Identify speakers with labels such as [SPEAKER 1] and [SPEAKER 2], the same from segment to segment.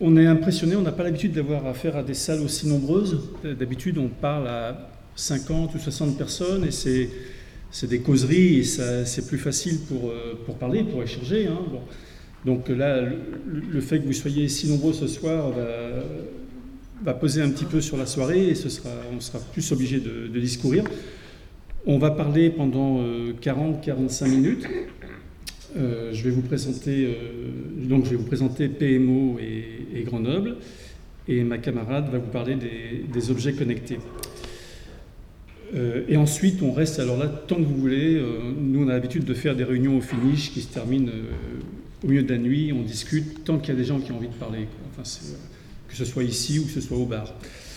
[SPEAKER 1] On est impressionné, on n'a pas l'habitude d'avoir affaire à des salles aussi nombreuses. D'habitude, on parle à 50 ou 60 personnes et c'est des causeries et c'est plus facile pour parler, pour échanger. Hein. Bon. Donc là, le fait que vous soyez si nombreux ce soir va peser un petit peu sur la soirée et on sera plus obligé de discourir. On va parler pendant 40-45 minutes. Je vais vous présenter PMO et Grenoble, et ma camarade va vous parler des objets connectés. Et ensuite, on reste alors là tant que vous voulez. Nous, on a l'habitude de faire des réunions au finish qui se terminent au milieu de la nuit. On discute tant qu'il y a des gens qui ont envie de parler. Enfin, que ce soit ici ou que ce soit au bar.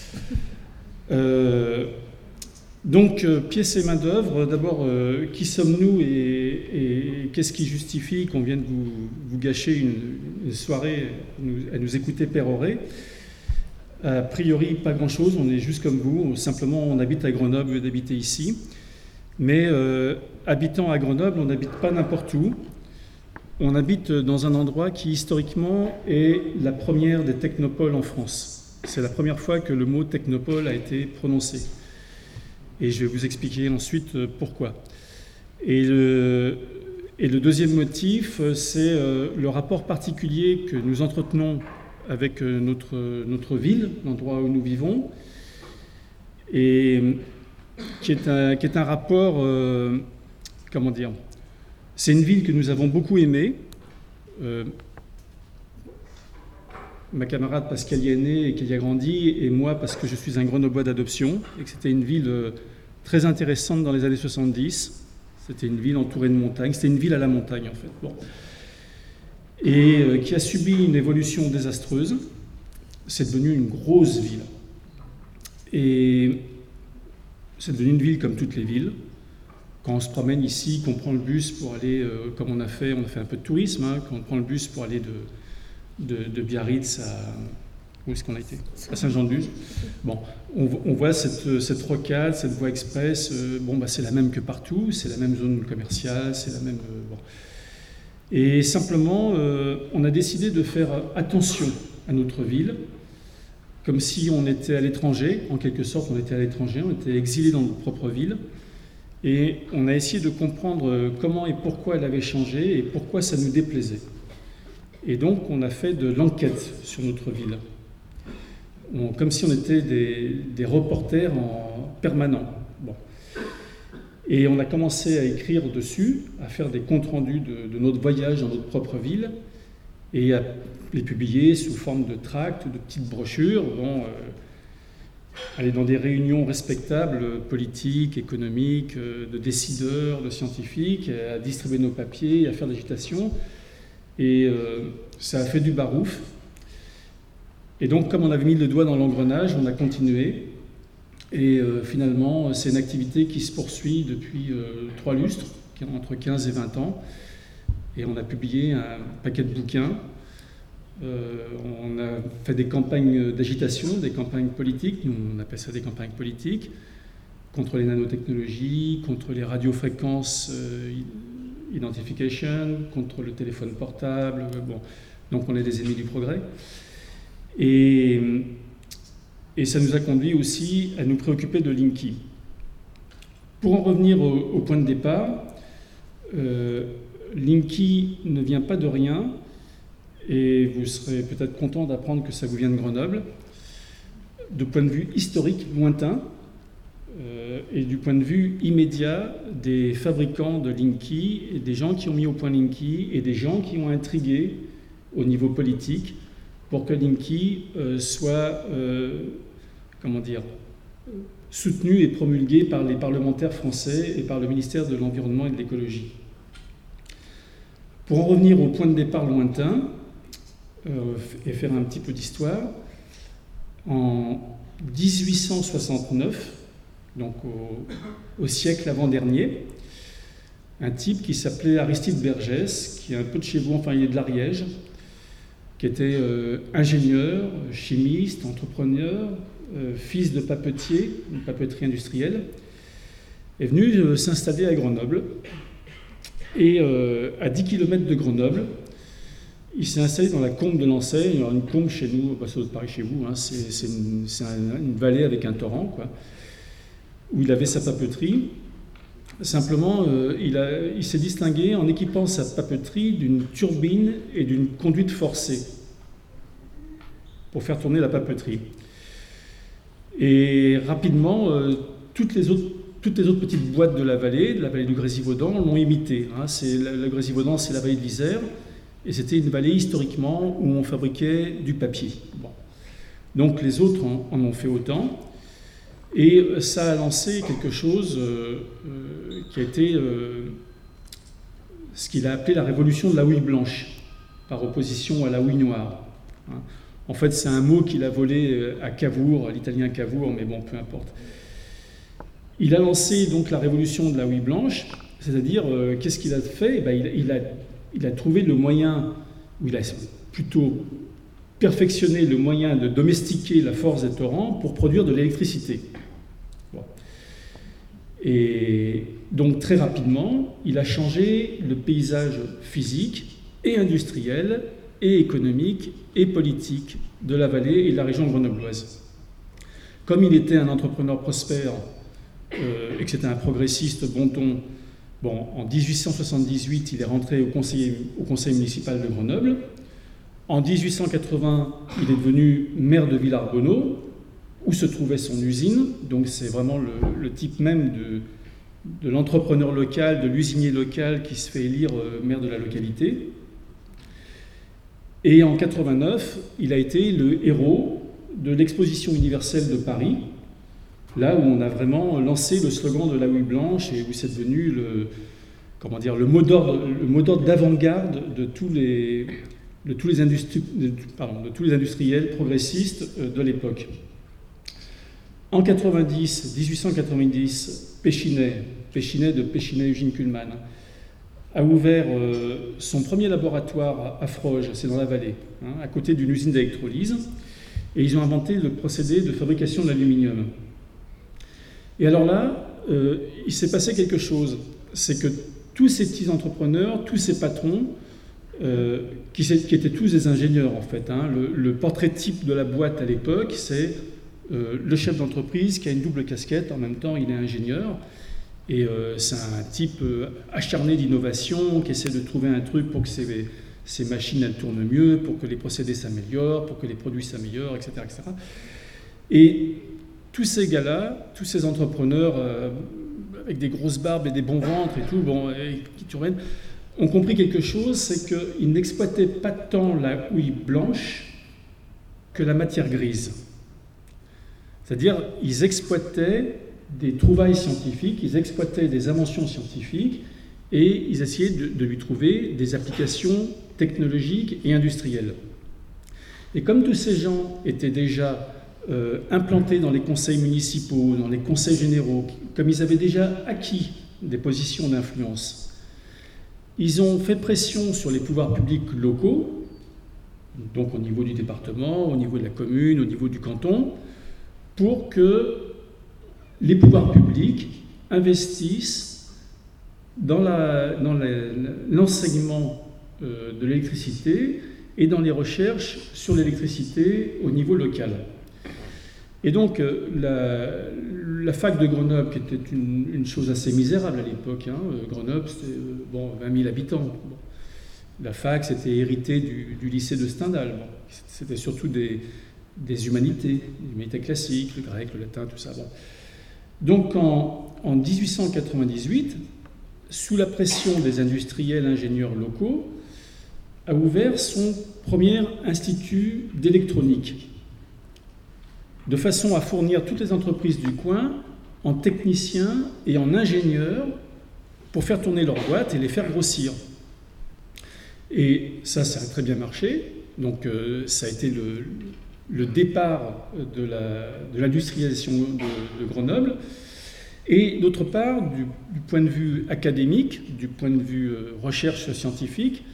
[SPEAKER 1] Donc, pièces et main-d'œuvre. D'abord, qui sommes-nous et qu'est-ce qui justifie qu'on vienne vous gâcher une soirée à nous écouter pérorer? A priori, pas grand-chose. On est juste comme vous. Simplement, on habite à Grenoble au lieu d'habiter ici. Mais habitant à Grenoble, on n'habite pas n'importe où. On habite dans un endroit qui, historiquement, est la première des technopoles en France. C'est la première fois que le mot technopole a été prononcé. Et je vais vous expliquer ensuite pourquoi. Et le deuxième motif, c'est le rapport particulier que nous entretenons avec notre ville, l'endroit où nous vivons, et qui est un rapport, comment dire, c'est une ville que nous avons beaucoup aimée. Ma camarade parce qu'elle y est née et qu'elle y a grandi, et moi parce que je suis un Grenoblois d'adoption, et que c'était une ville très intéressante dans les années 70. C'était une ville entourée de montagnes, c'était une ville à la montagne en fait. Bon. Et qui a subi une évolution désastreuse. C'est devenu une grosse ville. Et c'est devenu une ville comme toutes les villes. Quand on se promène ici, qu'on prend le bus pour aller, comme on a fait un peu de tourisme, hein, quand on prend le bus pour aller de Biarritz à... Où est-ce qu'on a été? À Saint-Jean-de-Luz. Bon, on voit cette rocade, cette voie express. C'est la même que partout, c'est la même zone commerciale, c'est la même... bon. Et simplement, on a décidé de faire attention à notre ville, comme si on était à l'étranger. En quelque sorte, on était à l'étranger, on était exilé dans notre propre ville. Et on a essayé de comprendre comment et pourquoi elle avait changé et pourquoi ça nous déplaisait. Et donc, on a fait de l'enquête sur notre ville. Comme si on était des reporters en permanent. Bon. Et on a commencé à écrire dessus, à faire des comptes rendus de notre voyage dans notre propre ville, et à les publier sous forme de tracts, de petites brochures, aller dans des réunions respectables, politiques, économiques, de décideurs, de scientifiques, à distribuer nos papiers, à faire de l'agitation. Et ça a fait du barouf. Et donc, comme on avait mis le doigt dans l'engrenage, on a continué. Et finalement, c'est une activité qui se poursuit depuis 3 lustres, entre 15 et 20 ans. Et on a publié un paquet de bouquins. On a fait des campagnes d'agitation, des campagnes politiques. Nous, on appelle ça des campagnes politiques, contre les nanotechnologies, contre les radiofréquences identification, contre le téléphone portable. Bon. Donc, on est des ennemis du progrès. Et ça nous a conduit aussi à nous préoccuper de Linky. Pour en revenir au point de départ, Linky ne vient pas de rien, et vous serez peut-être content d'apprendre que ça vous vient de Grenoble, de point de vue historique lointain, et du point de vue immédiat des fabricants de Linky, et des gens qui ont mis au point Linky, et des gens qui ont intrigué au niveau politique pour que Linky soit soutenu et promulgué par les parlementaires français et par le ministère de l'Environnement et de l'Écologie. Pour en revenir au point de départ lointain et faire un petit peu d'histoire, en 1869, donc au siècle avant-dernier, un type qui s'appelait Aristide Bergès, qui est un peu de chez vous, enfin il est de l'Ariège, qui était ingénieur, chimiste, entrepreneur, fils de papetier, une papeterie industrielle, est venu s'installer à Grenoble. Et à 10 km de Grenoble, il s'est installé dans la combe de Lancey. Alors, une combe chez nous, ça doit être pareil chez vous, hein, c'est une vallée avec un torrent, quoi, où il avait sa papeterie. Simplement, il s'est distingué en équipant sa papeterie d'une turbine et d'une conduite forcée pour faire tourner la papeterie. Et rapidement, toutes les autres petites boîtes de la vallée du Grésivaudan, l'ont imité. Hein. Le Grésivaudan, c'est la vallée de l'Isère, et c'était une vallée historiquement où on fabriquait du papier. Bon. Donc les autres en ont fait autant. Et ça a lancé quelque chose qui a été ce qu'il a appelé la révolution de la houille blanche, par opposition à la houille noire. Hein. En fait, c'est un mot qu'il a volé à Cavour, à l'italien Cavour, mais bon, peu importe. Il a lancé donc la révolution de la houille blanche, c'est-à-dire, qu'est-ce qu'il a fait ? Il a trouvé le moyen, ou il a plutôt perfectionné le moyen de domestiquer la force des torrents pour produire de l'électricité. Bon. Et donc très rapidement, il a changé le paysage physique et industriel et économique et politique de la vallée et de la région grenobloise. Comme il était un entrepreneur prospère et que c'était un progressiste bon ton, en 1878, il est rentré au conseil municipal de Grenoble. En 1880, il est devenu maire de Villargonneau, où se trouvait son usine. Donc c'est vraiment le type même de l'entrepreneur local, de l'usinier local qui se fait élire maire de la localité. Et en 89, il a été le héros de l'exposition universelle de Paris, là où on a vraiment lancé le slogan de la houille blanche et où c'est devenu le mot d'ordre d'avant-garde de tous les industriels progressistes de l'époque. En 1890, Péchinet de Péchinet-Eugène Kuhlmann, a ouvert son premier laboratoire à Froges, c'est dans la vallée, hein, à côté d'une usine d'électrolyse, et ils ont inventé le procédé de fabrication de l'aluminium. Et alors là, il s'est passé quelque chose, c'est que tous ces petits entrepreneurs, tous ces patrons, qui étaient tous des ingénieurs en fait, hein, le portrait type de la boîte à l'époque, c'est le chef d'entreprise qui a une double casquette, en même temps il est ingénieur, et c'est un type acharné d'innovation qui essaie de trouver un truc pour que ces machines elles tournent mieux, pour que les procédés s'améliorent, pour que les produits s'améliorent, etc., etc. Et tous ces gars-là, tous ces entrepreneurs avec des grosses barbes et des bons ventres et tout, qui tournent, ont compris quelque chose, c'est qu'ils n'exploitaient pas tant la houille blanche que la matière grise. C'est-à-dire, ils exploitaient des trouvailles scientifiques, ils exploitaient des inventions scientifiques et ils essayaient de lui trouver des applications technologiques et industrielles. Et comme tous ces gens étaient déjà implantés dans les conseils municipaux, dans les conseils généraux, comme ils avaient déjà acquis des positions d'influence, ils ont fait pression sur les pouvoirs publics locaux, donc au niveau du département, au niveau de la commune, au niveau du canton, pour que les pouvoirs publics investissent dans l'enseignement de l'électricité et dans les recherches sur l'électricité au niveau local. Et donc, la fac de Grenoble, qui était une chose assez misérable à l'époque, hein, Grenoble, c'était 20 000 habitants. Bon. La fac, c'était hérité du lycée de Stendhal. Bon. C'était surtout des humanités, les humanités classiques, le grec, le latin, tout ça. Bon. Donc, en 1898, sous la pression des industriels ingénieurs locaux, a ouvert son premier institut d'électronique, de façon à fournir toutes les entreprises du coin en techniciens et en ingénieurs pour faire tourner leurs boîtes et les faire grossir. Et ça a très bien marché. Donc ça a été le départ de l'industrialisation de Grenoble. Et d'autre part, du point de vue académique, du point de vue recherche scientifique,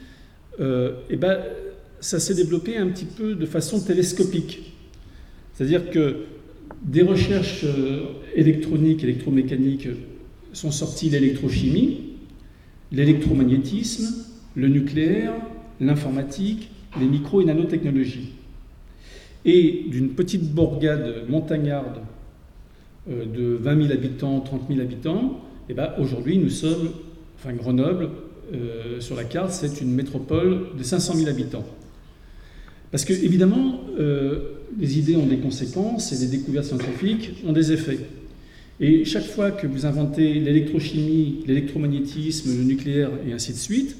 [SPEAKER 1] ça s'est développé un petit peu de façon télescopique. C'est-à-dire que des recherches électroniques, électromécaniques sont sorties l'électrochimie, l'électromagnétisme, le nucléaire, l'informatique, les micro et nanotechnologies. Et d'une petite bourgade montagnarde de 20 000 habitants, 30 000 habitants, et ben aujourd'hui nous sommes, enfin Grenoble, sur la carte, c'est une métropole de 500 000 habitants. Parce que, évidemment, les idées ont des conséquences et les découvertes scientifiques ont des effets. Et chaque fois que vous inventez l'électrochimie, l'électromagnétisme, le nucléaire et ainsi de suite,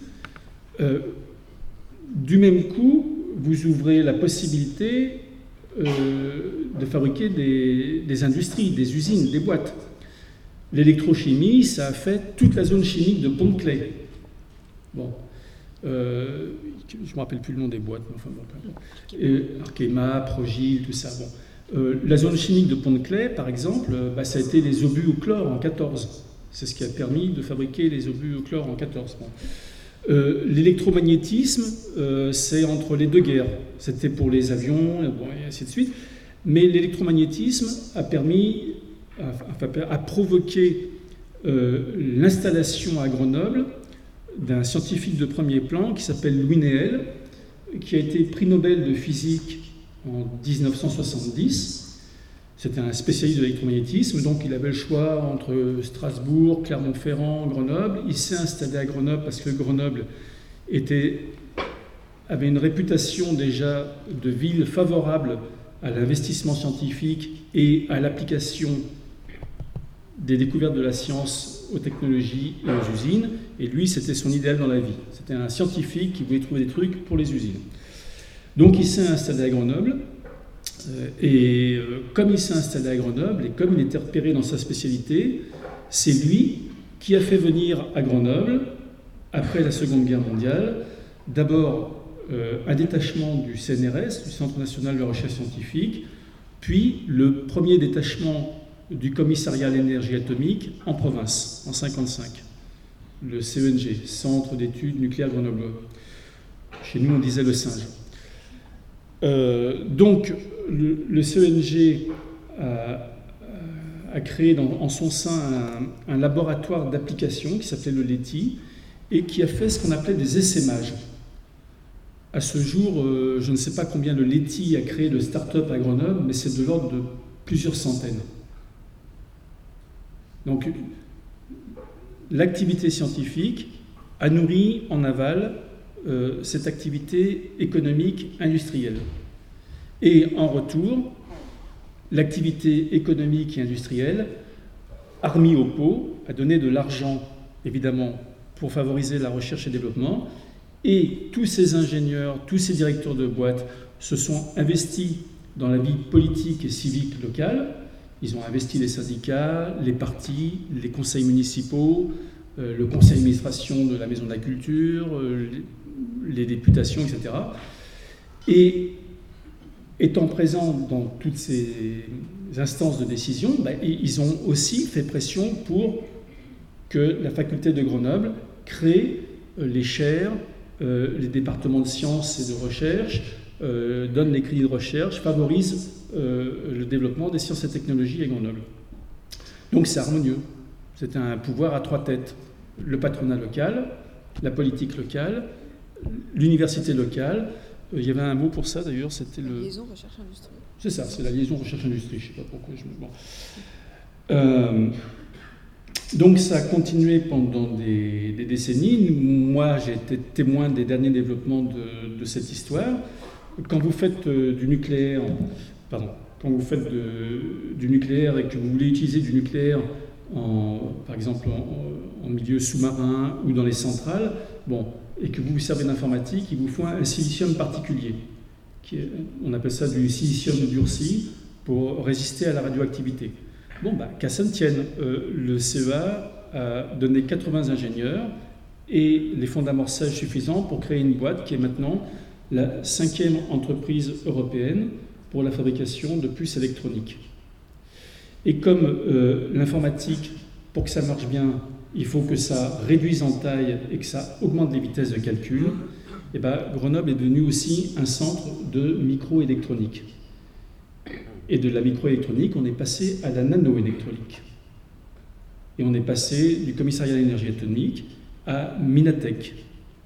[SPEAKER 1] du même coup, vous ouvrez la possibilité de fabriquer des industries, des usines, des boîtes. L'électrochimie, ça a fait toute la zone chimique de Pont-de-Clay. Bon. Je ne me rappelle plus le nom des boîtes, mais enfin bon. Arkema, Progil, tout ça. Bon. La zone chimique de Pont-de-Clay, par exemple, ça a été les obus au chlore en 14. C'est ce qui a permis de fabriquer les obus au chlore en 14. Bon. L'électromagnétisme, c'est entre les deux guerres. C'était pour les avions, bon, et ainsi de suite. Mais l'électromagnétisme a provoqué l'installation à Grenoble d'un scientifique de premier plan qui s'appelle Louis Néel, qui a été prix Nobel de physique en 1970. C'était un spécialiste de l'électromagnétisme, donc il avait le choix entre Strasbourg, Clermont-Ferrand, Grenoble. Il s'est installé à Grenoble parce que Grenoble avait une réputation déjà de ville favorable à l'investissement scientifique et à l'application des découvertes de la science aux technologies et aux usines. Et lui, c'était son idéal dans la vie. C'était un scientifique qui voulait trouver des trucs pour les usines. Donc il s'est installé à Grenoble. Comme il s'est installé à Grenoble et comme il était repéré dans sa spécialité, c'est lui qui a fait venir à Grenoble, après la Seconde Guerre mondiale, d'abord un détachement du CNRS, du Centre national de recherche scientifique, puis le premier détachement du commissariat à l'énergie atomique en province, en 1955, le CENG, Centre d'études nucléaires Grenoble. Chez nous, on disait le singe. Donc, le CENG a créé en son sein un laboratoire d'application qui s'appelait le LETI et qui a fait ce qu'on appelait des essaimages. À ce jour, je ne sais pas combien le LETI a créé de start-up à Grenoble, mais c'est de l'ordre de plusieurs centaines. Donc, l'activité scientifique a nourri en aval cette activité économique industrielle. Et en retour, l'activité économique et industrielle a remis au pot, a donné de l'argent, évidemment, pour favoriser la recherche et le développement. Et tous ces ingénieurs, tous ces directeurs de boîtes se sont investis dans la vie politique et civique locale. Ils ont investi les syndicats, les partis, les conseils municipaux, le conseil d'administration de la Maison de la Culture, les députations, etc. Et étant présents dans toutes ces instances de décision, ils ont aussi fait pression pour que la faculté de Grenoble crée les chaires, les départements de sciences et de recherche, donne les crédits de recherche, favorise le développement des sciences et technologies à Grenoble. Donc c'est harmonieux. C'est un pouvoir à trois têtes. Le patronat local, la politique locale, l'université locale. Il y avait un mot pour ça d'ailleurs, c'était le...
[SPEAKER 2] liaison recherche-industrie.
[SPEAKER 1] C'est ça, c'est la liaison recherche-industrie. Je ne sais pas pourquoi je me... Bon. Donc ça a continué pendant des décennies. Moi, j'ai été témoin des derniers développements de cette histoire. Quand vous faites du nucléaire, du nucléaire et que vous voulez utiliser du nucléaire, par exemple en milieu sous-marin ou dans les centrales, et que vous vous servez d'informatique, il vous faut un silicium particulier. On appelle ça du silicium durci pour résister à la radioactivité. Qu'à ça ne tienne, le CEA a donné 80 ingénieurs et les fonds d'amorçage suffisants pour créer une boîte qui est maintenant la 5e entreprise européenne pour la fabrication de puces électroniques. Et comme l'informatique, pour que ça marche bien, il faut que ça réduise en taille et que ça augmente les vitesses de calcul, Grenoble est devenu aussi un centre de microélectronique. Et de la microélectronique, on est passé à la nanoélectronique. Et on est passé du commissariat à l'énergie atomique à Minatec.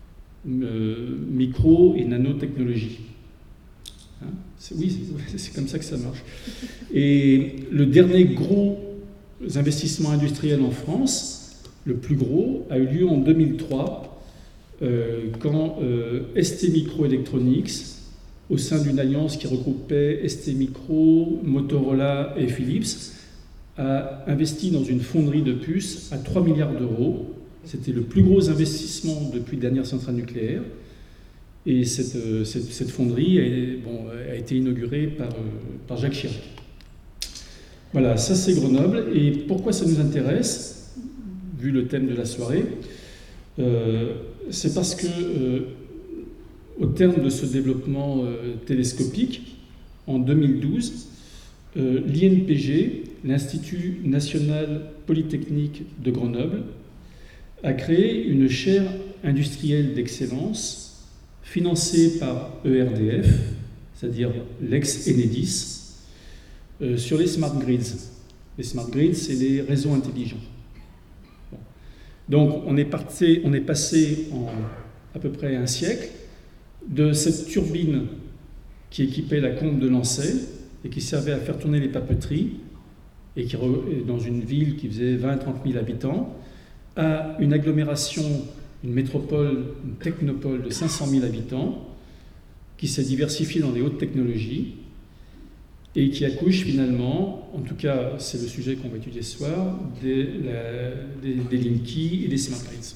[SPEAKER 1] micro et nanotechnologie. Hein, c'est comme ça que ça marche. Et le dernier gros investissement industriel en France, le plus gros, a eu lieu en 2003, quand ST Microelectronics, au sein d'une alliance qui regroupait ST Micro, Motorola et Philips, a investi dans une fonderie de puces à 3 milliards d'euros. C'était le plus gros investissement depuis la dernière centrale nucléaire. Et cette fonderie a été inaugurée par Jacques Chirac. Voilà, ça c'est Grenoble. Et pourquoi ça nous intéresse, vu le thème de la soirée, c'est parce que, au terme de ce développement télescopique, en 2012, l'INPG, l'Institut national polytechnique de Grenoble, a créé une chaire industrielle d'excellence financée par ERDF, c'est-à-dire l'ex-Enedis, sur les smart grids. Les smart grids, c'est les réseaux intelligents. Bon. Donc, on est passé en à peu près un siècle de cette turbine qui équipait la Combe de Lancey et qui servait à faire tourner les papeteries, et qui dans une ville qui faisait 20 000 à 30 000 habitants, à une agglomération, une métropole, une technopole de 500 000 habitants, qui s'est diversifiée dans les hautes technologies et qui accouche finalement, en tout cas c'est le sujet qu'on va étudier ce soir, des Linky et des smart grids.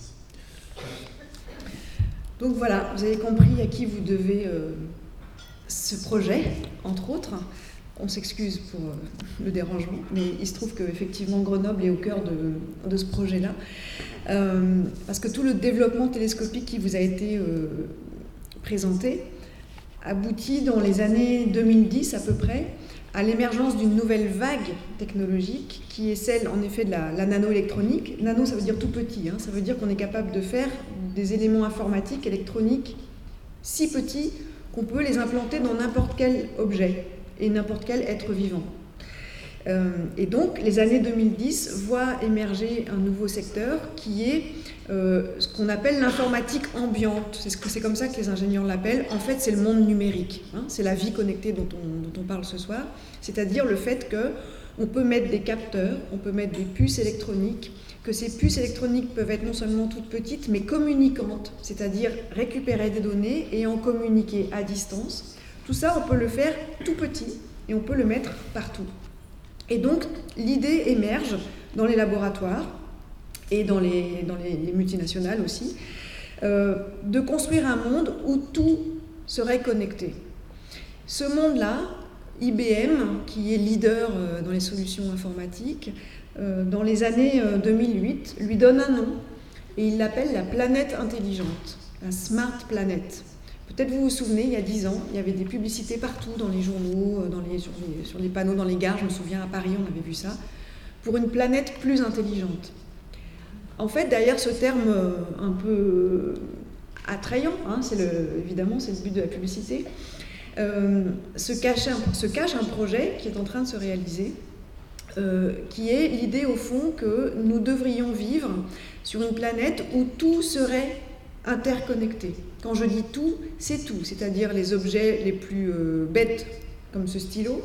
[SPEAKER 2] Donc voilà, vous avez compris à qui vous devez ce projet, entre autres. On s'excuse pour le dérangement, mais il se trouve qu'effectivement Grenoble est au cœur de ce projet-là. Parce que tout le développement télescopique qui vous a été présenté aboutit dans les années 2010 à peu près à l'émergence d'une nouvelle vague technologique qui est celle en effet de la nanoélectronique. Nano, ça veut dire tout petit, hein. Ça veut dire qu'on est capable de faire des éléments informatiques, électroniques si petits qu'on peut les implanter dans n'importe quel objet et n'importe quel être vivant. Et donc, les années 2010 voient émerger un nouveau secteur qui est ce qu'on appelle l'informatique ambiante. C'est comme ça que les ingénieurs l'appellent. En fait, c'est le monde numérique. Hein, c'est la vie connectée dont on parle ce soir. C'est-à-dire le fait qu'on peut mettre des capteurs, on peut mettre des puces électroniques, que ces puces électroniques peuvent être non seulement toutes petites, mais communicantes, c'est-à-dire récupérer des données et en communiquer à distance. Tout ça, on peut le faire tout petit et on peut le mettre partout. Et donc, l'idée émerge dans les laboratoires et dans les multinationales aussi, de construire un monde où tout serait connecté. Ce monde-là, IBM, qui est leader dans les solutions informatiques, dans les années 2008, lui donne un nom et il l'appelle la planète intelligente, la Smart Planet. Peut-être vous vous souvenez, il y a 10 ans, il y avait des publicités partout dans les journaux, sur les panneaux dans les gares, je me souviens à Paris, on avait vu ça, pour une planète plus intelligente. En fait, derrière ce terme un peu attrayant, hein, évidemment c'est le but de la publicité, se cache un projet qui est en train de se réaliser, qui est l'idée au fond que nous devrions vivre sur une planète où tout serait interconnecté. Quand je dis tout, c'est tout, c'est-à-dire les objets les plus bêtes, comme ce stylo,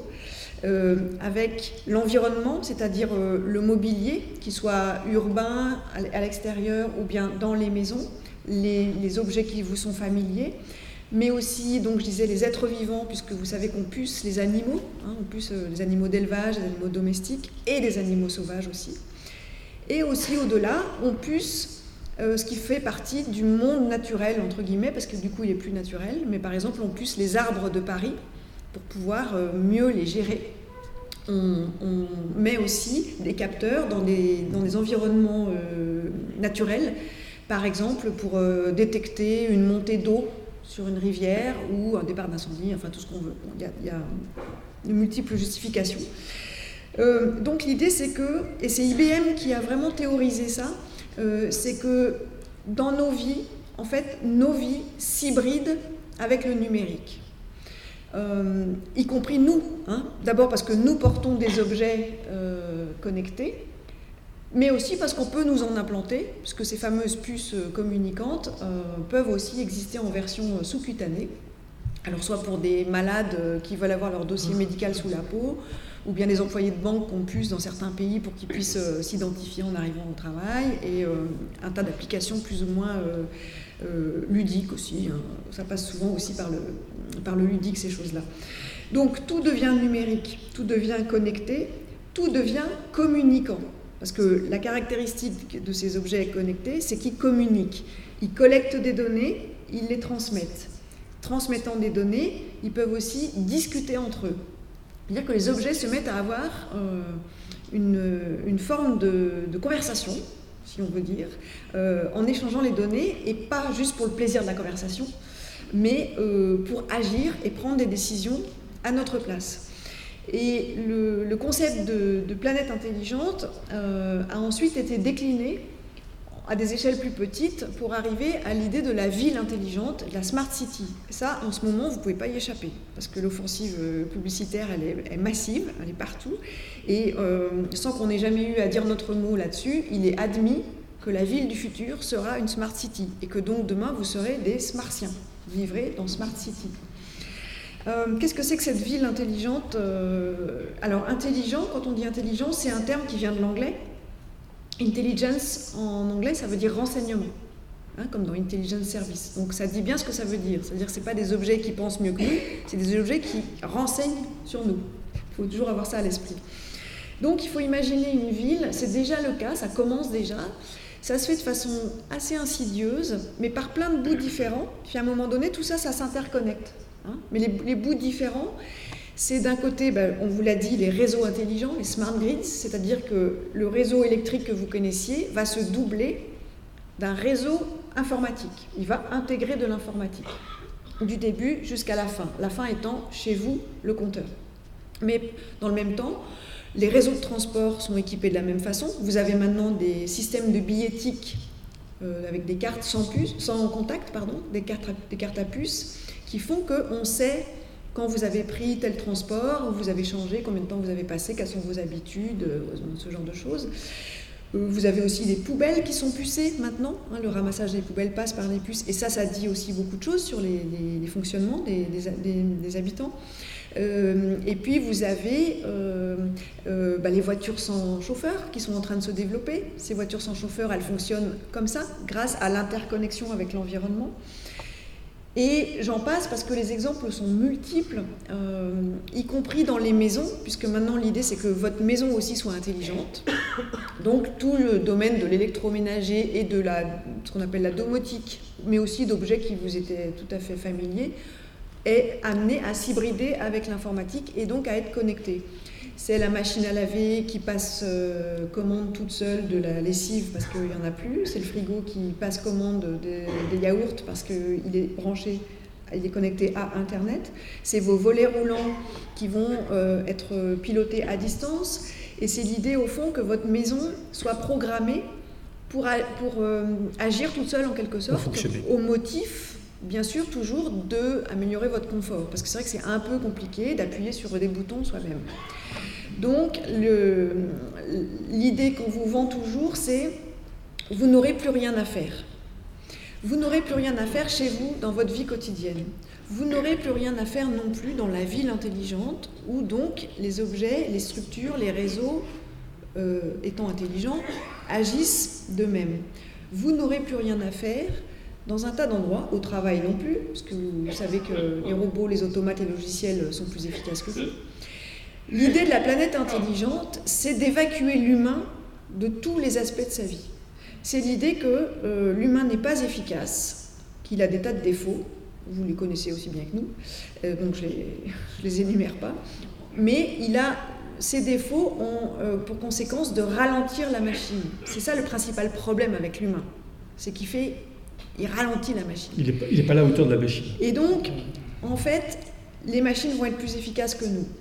[SPEAKER 2] avec l'environnement, c'est-à-dire le mobilier, qu'il soit urbain, à l'extérieur ou bien dans les maisons, les objets qui vous sont familiers, mais aussi, donc je disais, les êtres vivants, puisque vous savez qu'on puce les animaux, hein, on puce les animaux d'élevage, les animaux domestiques et les animaux sauvages aussi. Et aussi au-delà, on puce ce qui fait partie du monde naturel, entre guillemets, parce que du coup il est plus naturel, mais par exemple on puce les arbres de Paris pour pouvoir mieux les gérer. On met aussi des capteurs dans des environnements naturels, par exemple pour détecter une montée d'eau sur une rivière ou un départ d'incendie, enfin tout ce qu'on veut. Il y a de multiples justifications. Donc l'idée c'est que, et c'est IBM qui a vraiment théorisé ça, c'est que dans nos vies, en fait, nos vies s'hybrident avec le numérique. Y compris nous, hein. D'abord parce que nous portons des objets connectés, mais aussi parce qu'on peut nous en implanter, puisque ces fameuses puces communicantes peuvent aussi exister en version sous-cutanée. Alors soit pour des malades qui veulent avoir leur dossier médical sous la peau, ou bien des employés de banque qu'on puce dans certains pays pour qu'ils puissent s'identifier en arrivant au travail, et un tas d'applications plus ou moins ludiques aussi. Hein. Ça passe souvent aussi par le ludique, ces choses-là. Donc tout devient numérique, tout devient connecté, tout devient communicant. Parce que la caractéristique de ces objets connectés, c'est qu'ils communiquent. Ils collectent des données, ils les transmettent. Transmettant des données, ils peuvent aussi discuter entre eux. C'est-à-dire que les objets se mettent à avoir une forme de conversation, si on veut dire, en échangeant les données, et pas juste pour le plaisir de la conversation, mais pour agir et prendre des décisions à notre place. Et le concept de planète intelligente a ensuite été décliné à des échelles plus petites pour arriver à l'idée de la ville intelligente, de la smart city. Ça, en ce moment, vous ne pouvez pas y échapper, parce que l'offensive publicitaire, elle est massive, elle est partout, et sans qu'on ait jamais eu à dire notre mot là-dessus, il est admis que la ville du futur sera une smart city, et que donc demain, vous serez des smartiens, vous vivrez dans smart city. Qu'est-ce que c'est que cette ville intelligente ? Alors, intelligent, quand on dit intelligent, c'est un terme qui vient de l'anglais. Intelligence, en anglais, ça veut dire renseignement, hein, comme dans Intelligence Service. Donc ça dit bien ce que ça veut dire. C'est-à-dire que ce n'est pas des objets qui pensent mieux que nous, c'est des objets qui renseignent sur nous. Il faut toujours avoir ça à l'esprit. Donc il faut imaginer une ville, c'est déjà le cas, ça commence déjà. Ça se fait de façon assez insidieuse, mais par plein de bouts différents. Puis à un moment donné, tout ça, ça s'interconnecte. Hein. Mais les bouts différents, c'est d'un côté, on vous l'a dit, les réseaux intelligents, les smart grids, c'est-à-dire que le réseau électrique que vous connaissiez va se doubler d'un réseau informatique. Il va intégrer de l'informatique, du début jusqu'à la fin étant chez vous le compteur. Mais dans le même temps, les réseaux de transport sont équipés de la même façon. Vous avez maintenant des systèmes de billettique avec des cartes sans contact, des cartes à puce, qui font qu'on sait quand vous avez pris tel transport, où vous avez changé, combien de temps vous avez passé, quelles sont vos habitudes, ce genre de choses. Vous avez aussi des poubelles qui sont pucées maintenant. Hein, le ramassage des poubelles passe par les puces. Et ça dit aussi beaucoup de choses sur les fonctionnements des habitants. Et puis vous avez les voitures sans chauffeur qui sont en train de se développer. Ces voitures sans chauffeur, elles fonctionnent comme ça, grâce à l'interconnexion avec l'environnement. Et j'en passe parce que les exemples sont multiples, y compris dans les maisons, puisque maintenant l'idée c'est que votre maison aussi soit intelligente. Donc tout le domaine de l'électroménager et de ce qu'on appelle la domotique, mais aussi d'objets qui vous étaient tout à fait familiers, est amené à s'hybrider avec l'informatique et donc à être connecté. C'est la machine à laver qui passe commande toute seule de la lessive parce qu'il n'y en a plus. C'est le frigo qui passe commande des yaourts parce qu'il est branché, il est connecté à Internet. C'est vos volets roulants qui vont être pilotés à distance. Et c'est l'idée au fond que votre maison soit programmée pour agir toute seule en quelque sorte, au motif, bien sûr, toujours d'améliorer votre confort. Parce que c'est vrai que c'est un peu compliqué d'appuyer sur des boutons soi-même. Donc, l'idée qu'on vous vend toujours, c'est vous n'aurez plus rien à faire. Vous n'aurez plus rien à faire chez vous, dans votre vie quotidienne. Vous n'aurez plus rien à faire non plus dans la ville intelligente, où donc les objets, les structures, les réseaux, étant intelligents, agissent d'eux-mêmes. Vous n'aurez plus rien à faire dans un tas d'endroits, au travail non plus, parce que vous savez que les robots, les automates et les logiciels sont plus efficaces que vous. L'idée de la planète intelligente, c'est d'évacuer l'humain de tous les aspects de sa vie. C'est l'idée que l'humain n'est pas efficace, qu'il a des tas de défauts, vous les connaissez aussi bien que nous, donc je les énumère pas, mais ces défauts ont pour conséquence de ralentir la machine. C'est ça le principal problème avec l'humain, c'est qu'il ralentit la machine.
[SPEAKER 1] Il n'est pas à la hauteur de la machine.
[SPEAKER 2] Et donc, en fait, les machines vont être plus efficaces que nous.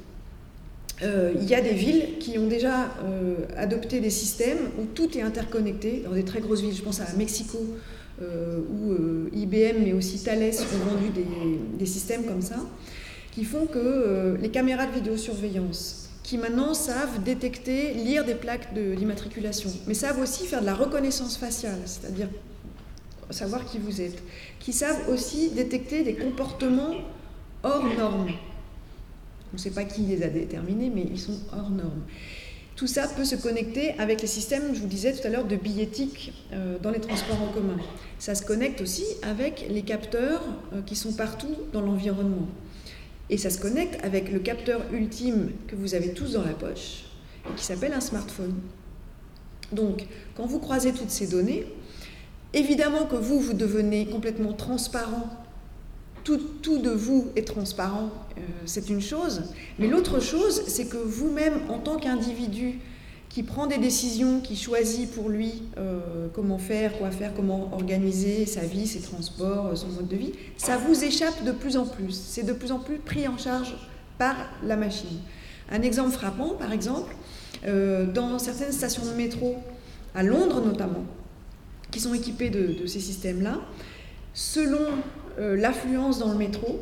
[SPEAKER 2] Il y a des villes qui ont déjà adopté des systèmes où tout est interconnecté, dans des très grosses villes, je pense à Mexico, où IBM mais aussi Thales ont vendu des systèmes comme ça, qui font que les caméras de vidéosurveillance qui maintenant savent détecter, lire des plaques d'immatriculation, mais savent aussi faire de la reconnaissance faciale, c'est-à-dire savoir qui vous êtes, qui savent aussi détecter des comportements hors normes. On ne sait pas qui les a déterminés, mais ils sont hors normes. Tout ça peut se connecter avec les systèmes, je vous disais tout à l'heure, de billettique dans les transports en commun. Ça se connecte aussi avec les capteurs qui sont partout dans l'environnement. Et ça se connecte avec le capteur ultime que vous avez tous dans la poche, et qui s'appelle un smartphone. Donc, quand vous croisez toutes ces données, évidemment que vous devenez complètement transparent. Tout de vous est transparent, c'est une chose. Mais l'autre chose, c'est que vous-même, en tant qu'individu qui prend des décisions, qui choisit pour lui comment faire, quoi faire, comment organiser sa vie, ses transports, son mode de vie, ça vous échappe de plus en plus. C'est de plus en plus pris en charge par la machine. Un exemple frappant, par exemple, dans certaines stations de métro, à Londres notamment, qui sont équipées de ces systèmes-là, selon l'affluence dans le métro,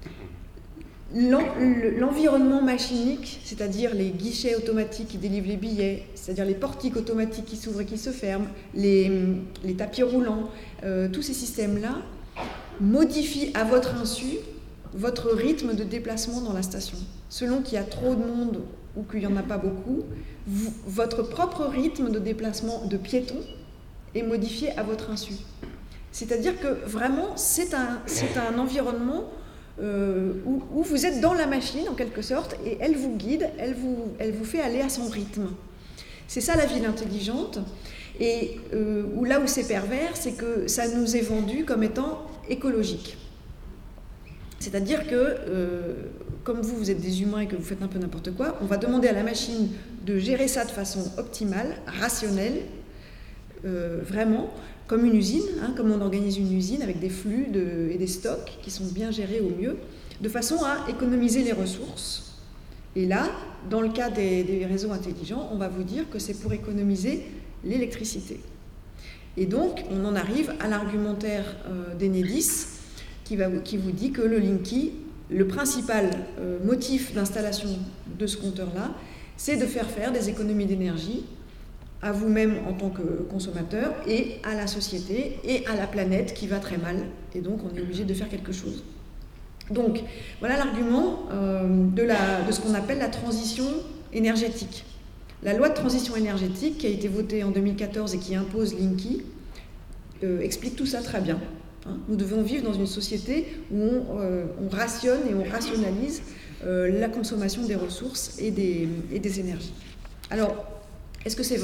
[SPEAKER 2] l'environnement machinique, c'est-à-dire les guichets automatiques qui délivrent les billets, c'est-à-dire les portiques automatiques qui s'ouvrent et qui se ferment, les tapis roulants, tous ces systèmes-là modifient à votre insu votre rythme de déplacement dans la station. Selon qu'il y a trop de monde ou qu'il n'y en a pas beaucoup, votre propre rythme de déplacement de piéton est modifié à votre insu. C'est-à-dire que vraiment, c'est un environnement où vous êtes dans la machine, en quelque sorte, et elle vous guide, elle vous fait aller à son rythme. C'est ça la ville intelligente. Et là où c'est pervers, c'est que ça nous est vendu comme étant écologique. C'est-à-dire que, comme vous êtes des humains et que vous faites un peu n'importe quoi, on va demander à la machine de gérer ça de façon optimale, rationnelle, vraiment, comme une usine, comme on organise une usine avec des flux et des stocks qui sont bien gérés au mieux, de façon à économiser les ressources. Et là, dans le cas des réseaux intelligents, on va vous dire que c'est pour économiser l'électricité. Et donc, on en arrive à l'argumentaire d'Enedis qui vous dit que le Linky, le principal motif d'installation de ce compteur-là, c'est de faire des économies d'énergie à vous-même en tant que consommateur et à la société et à la planète qui va très mal. Et donc, on est obligé de faire quelque chose. Donc, voilà l'argument de ce qu'on appelle la transition énergétique. La loi de transition énergétique qui a été votée en 2014 et qui impose Linky explique tout ça très bien. Nous devons vivre dans une société où on rationne et on rationalise la consommation des ressources et des énergies. Alors, est-ce que c'est vrai ?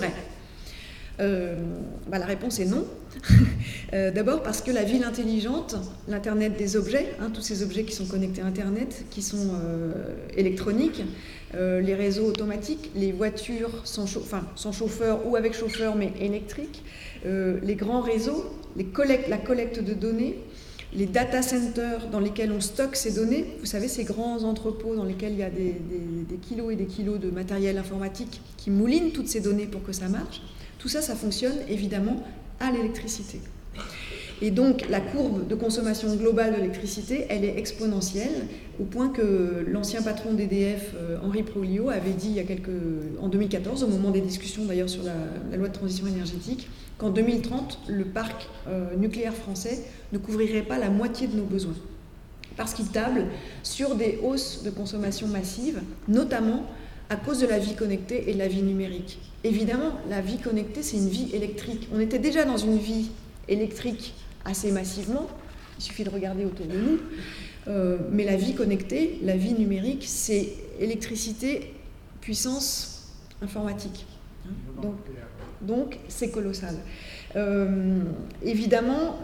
[SPEAKER 2] La réponse est non. D'abord parce que la ville intelligente, l'Internet des objets, tous ces objets qui sont connectés à Internet, qui sont électroniques, les réseaux automatiques, les voitures sans chauffeur ou avec chauffeur mais électriques, les grands réseaux, la collecte de données, les data centers dans lesquels on stocke ces données, vous savez, ces grands entrepôts dans lesquels il y a des kilos et des kilos de matériel informatique qui moulinent toutes ces données pour que ça marche, tout ça, ça fonctionne évidemment à l'électricité. Et donc la courbe de consommation globale de l'électricité, elle est exponentielle, au point que l'ancien patron d'EDF, Henri Proliot, avait dit en 2014, au moment des discussions d'ailleurs sur la loi de transition énergétique, qu'en 2030, le parc nucléaire français ne couvrirait pas la moitié de nos besoins. Parce qu'il table sur des hausses de consommation massive, notamment à cause de la vie connectée et de la vie numérique. Évidemment, la vie connectée, c'est une vie électrique. On était déjà dans une vie électrique assez massivement, il suffit de regarder autour de nous, mais la vie connectée, la vie numérique, c'est électricité, puissance informatique. Donc c'est colossal. Évidemment,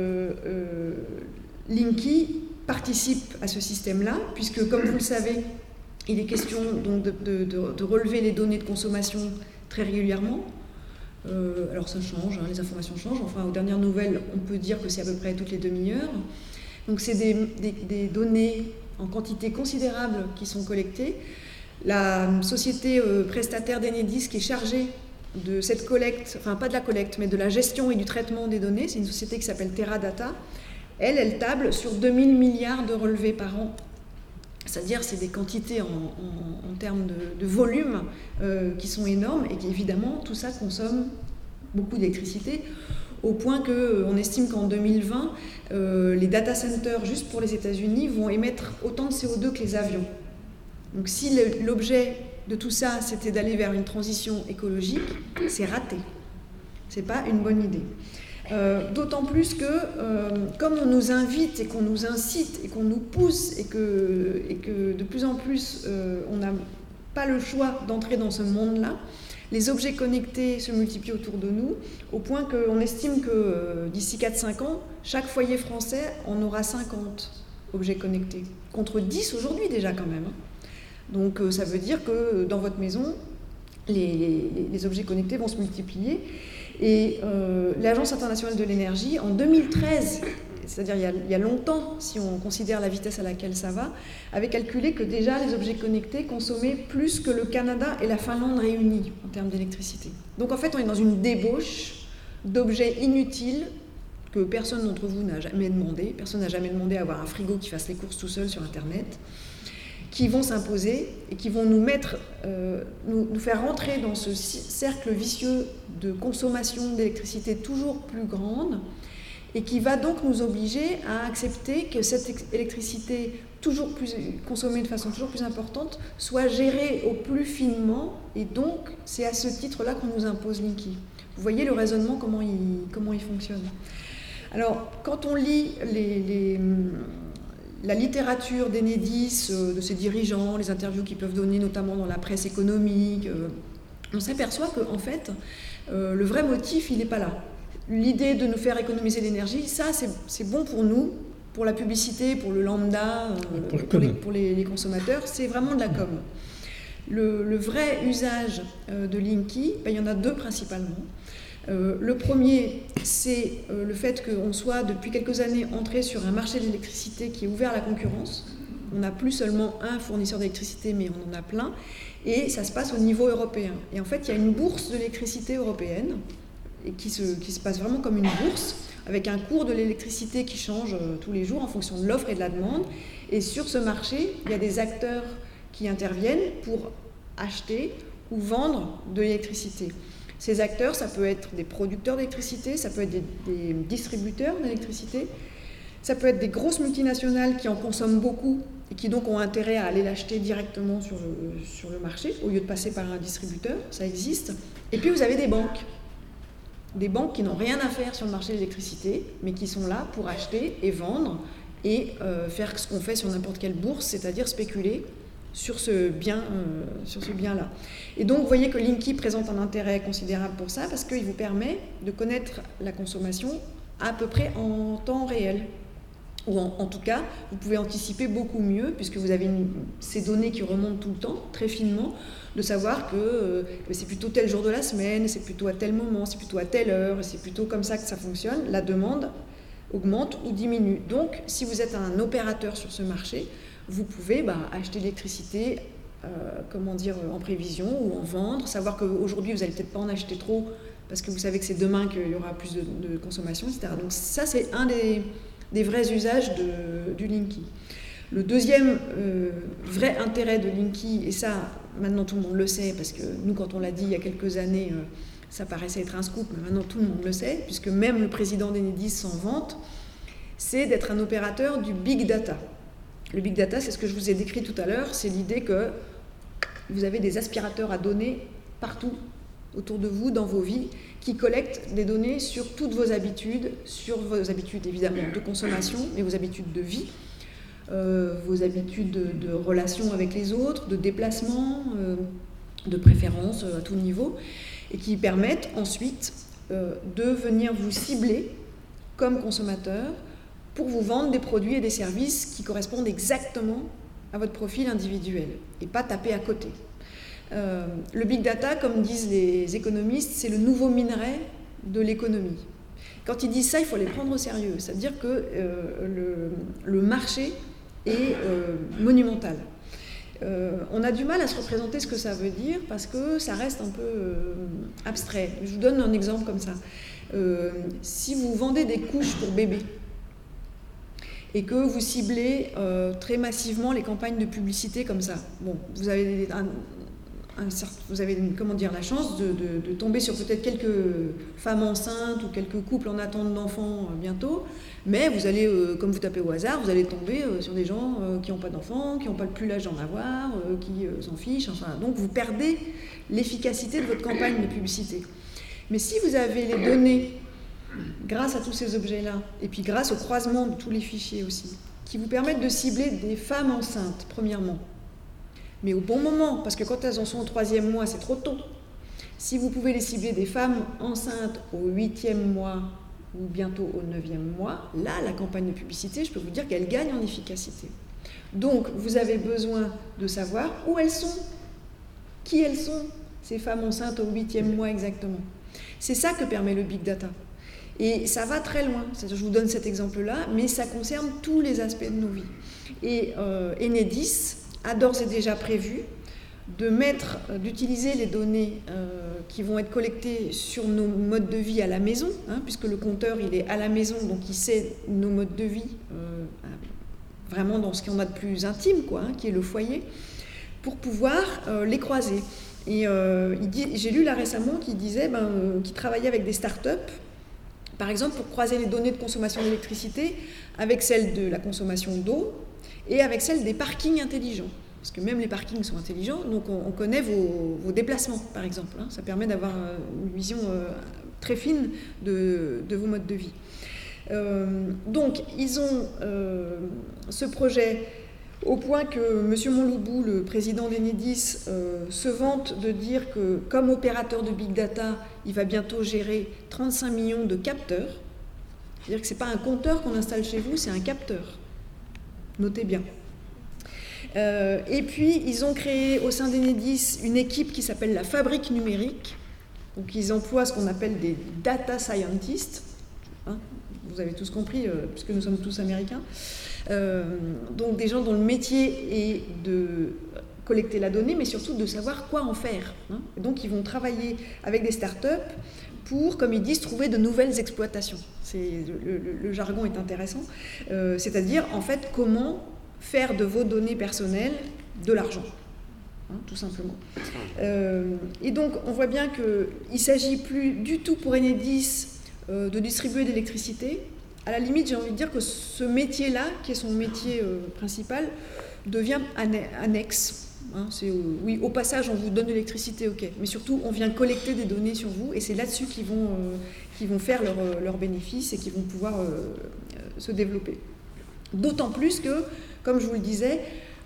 [SPEAKER 2] Linky participe à ce système-là, puisque, comme vous le savez, il est question donc de relever les données de consommation très régulièrement. Alors ça change, les informations changent. Enfin, aux dernières nouvelles, on peut dire que c'est à peu près toutes les demi-heures. Donc c'est des données en quantité considérable qui sont collectées. La société prestataire d'Enedis qui est chargée de cette collecte, enfin pas de la collecte, mais de la gestion et du traitement des données, c'est une société qui s'appelle Teradata. Elle table sur 2000 milliards de relevés par an c'est-à-dire c'est des quantités en termes de volume qui sont énormes et qui évidemment tout ça consomme beaucoup d'électricité, au point qu'on estime qu'en 2020, les data centers, juste pour les États-Unis, vont émettre autant de CO2 que les avions. Donc si l'objet de tout ça, c'était d'aller vers une transition écologique, c'est raté. C'est pas une bonne idée. D'autant plus que, comme on nous invite et qu'on nous incite et qu'on nous pousse et que de plus en plus, on n'a pas le choix d'entrer dans ce monde-là, les objets connectés se multiplient autour de nous, au point qu'on estime que d'ici 4-5 ans, chaque foyer français en aura 50 objets connectés, contre 10 aujourd'hui déjà quand même. Donc ça veut dire que dans votre maison, les objets connectés vont se multiplier. Et l'Agence internationale de l'énergie, en 2013, c'est-à-dire il y a longtemps, si on considère la vitesse à laquelle ça va, avait calculé que déjà les objets connectés consommaient plus que le Canada et la Finlande réunis en termes d'électricité. Donc en fait, on est dans une débauche d'objets inutiles que personne d'entre vous n'a jamais demandé. Personne n'a jamais demandé à avoir un frigo qui fasse les courses tout seul sur Internet, qui vont s'imposer et qui vont nous mettre, nous faire rentrer dans ce cercle vicieux de consommation d'électricité toujours plus grande, et qui va donc nous obliger à accepter que cette électricité toujours plus consommée de façon toujours plus importante soit gérée au plus finement, et donc c'est à ce titre-là qu'on nous impose Linky. Vous voyez le raisonnement, comment il fonctionne. Alors, quand on lit la littérature d'Enedis, de ses dirigeants, les interviews qu'ils peuvent donner notamment dans la presse économique, on s'aperçoit qu'en fait, le vrai motif, il n'est pas là. L'idée de nous faire économiser l'énergie, ça c'est bon pour nous, pour la publicité, pour le lambda, pour les consommateurs, c'est vraiment de la com. Le vrai usage de Linky, il y en a deux principalement. Le premier, c'est le fait qu'on soit depuis quelques années entré sur un marché de l'électricité qui est ouvert à la concurrence. On n'a plus seulement un fournisseur d'électricité, mais on en a plein, et ça se passe au niveau européen. Et en fait, il y a une bourse de l'électricité européenne, et qui se passe vraiment comme une bourse, avec un cours de l'électricité qui change tous les jours en fonction de l'offre et de la demande. Et sur ce marché, il y a des acteurs qui interviennent pour acheter ou vendre de l'électricité. Ces acteurs, ça peut être des producteurs d'électricité, ça peut être des distributeurs d'électricité, ça peut être des grosses multinationales qui en consomment beaucoup et qui donc ont intérêt à aller l'acheter directement sur le marché au lieu de passer par un distributeur, ça existe. Et puis vous avez des banques qui n'ont rien à faire sur le marché de l'électricité, mais qui sont là pour acheter et vendre et faire ce qu'on fait sur n'importe quelle bourse, c'est-à-dire spéculer sur ce bien-là. Et donc, vous voyez que Linky présente un intérêt considérable pour ça, parce qu'il vous permet de connaître la consommation à peu près en temps réel. Ou en tout cas, vous pouvez anticiper beaucoup mieux, puisque vous avez ces données qui remontent tout le temps, très finement, de savoir que c'est plutôt tel jour de la semaine, c'est plutôt à tel moment, c'est plutôt à telle heure, c'est plutôt comme ça que ça fonctionne. La demande augmente ou diminue. Donc, si vous êtes un opérateur sur ce marché, vous pouvez acheter l'électricité en prévision ou en vendre, savoir qu'aujourd'hui vous n'allez peut-être pas en acheter trop parce que vous savez que c'est demain qu'il y aura plus de consommation, etc. Donc ça, c'est un des vrais usages du Linky. Le deuxième vrai intérêt de Linky, et ça maintenant tout le monde le sait, parce que nous quand on l'a dit il y a quelques années, ça paraissait être un scoop, mais maintenant tout le monde le sait, puisque même le président d'Enedis s'en vante, c'est d'être un opérateur du big data. Le big data, c'est ce que je vous ai décrit tout à l'heure, c'est l'idée que vous avez des aspirateurs à données partout autour de vous, dans vos vies, qui collectent des données sur toutes vos habitudes évidemment de consommation, mais vos habitudes de vie, vos habitudes de relation avec les autres, de déplacement, de préférence à tout niveau, et qui permettent ensuite de venir vous cibler comme consommateur pour vous vendre des produits et des services qui correspondent exactement à votre profil individuel et pas taper à côté. Le big data, comme disent les économistes, c'est le nouveau minerai de l'économie. Quand ils disent ça, il faut les prendre au sérieux. Ça veut dire que le marché est monumental. On a du mal à se représenter ce que ça veut dire parce que ça reste un peu abstrait. Je vous donne un exemple comme ça. Si vous vendez des couches pour bébés, et que vous ciblez très massivement les campagnes de publicité comme ça. Bon, vous avez comment dire, la chance de tomber sur peut-être quelques femmes enceintes ou quelques couples en attente d'enfants bientôt, mais vous allez, comme vous tapez au hasard, vous allez tomber sur des gens qui n'ont pas d'enfants, qui n'ont pas plus l'âge d'en avoir, qui s'en fichent, enfin, donc vous perdez l'efficacité de votre campagne de publicité. Mais si vous avez les données, grâce à tous ces objets-là, et puis grâce au croisement de tous les fichiers aussi, qui vous permettent de cibler des femmes enceintes, premièrement, mais au bon moment, parce que quand elles en sont au 3e mois, c'est trop tôt. Si vous pouvez les cibler des femmes enceintes au 8e mois ou bientôt au 9e mois, là, la campagne de publicité, je peux vous dire qu'elle gagne en efficacité. Donc, vous avez besoin de savoir où elles sont, qui elles sont, ces femmes enceintes au 8e mois exactement. C'est ça que permet le big data. Et ça va très loin. C'est-à-dire, je vous donne cet exemple-là, mais ça concerne tous les aspects de nos vies. Et Enedis a d'ores et déjà prévu d'utiliser les données qui vont être collectées sur nos modes de vie à la maison, puisque le compteur il est à la maison, donc il sait nos modes de vie vraiment dans ce qu'on a de plus intime, qui est le foyer, pour pouvoir les croiser. Et j'ai lu là récemment qu'il disait qu'il travaillait avec des startups, par exemple pour croiser les données de consommation d'électricité avec celles de la consommation d'eau, et avec celle des parkings intelligents. Parce que même les parkings sont intelligents, donc on connaît vos déplacements, par exemple. Ça permet d'avoir une vision très fine de vos modes de vie. Donc, ils ont ce projet au point que M. Monloubou, le président d'Enedis, se vante de dire que, comme opérateur de Big Data, il va bientôt gérer 35 millions de capteurs. C'est-à-dire que ce n'est pas un compteur qu'on installe chez vous, c'est un capteur. Notez bien. Et puis, ils ont créé au sein d'Enedis une équipe qui s'appelle la Fabrique numérique. Donc, ils emploient ce qu'on appelle des data scientists. Vous avez tous compris, puisque nous sommes tous américains. Donc, des gens dont le métier est de collecter la donnée, mais surtout de savoir quoi en faire. Donc, ils vont travailler avec des startups pour, comme ils disent, trouver de nouvelles exploitations. Le jargon est intéressant. C'est-à-dire, en fait, comment faire de vos données personnelles de l'argent, tout simplement. Et donc, on voit bien qu'il ne s'agit plus du tout pour Enedis de distribuer de l'électricité. À la limite, j'ai envie de dire que ce métier-là, qui est son métier principal, devient annexe. Oui, au passage, on vous donne de l'électricité, ok. Mais surtout, on vient collecter des données sur vous, et c'est là-dessus qu'ils vont faire leurs bénéfices et qu'ils vont pouvoir se développer. D'autant plus que, comme je vous le disais,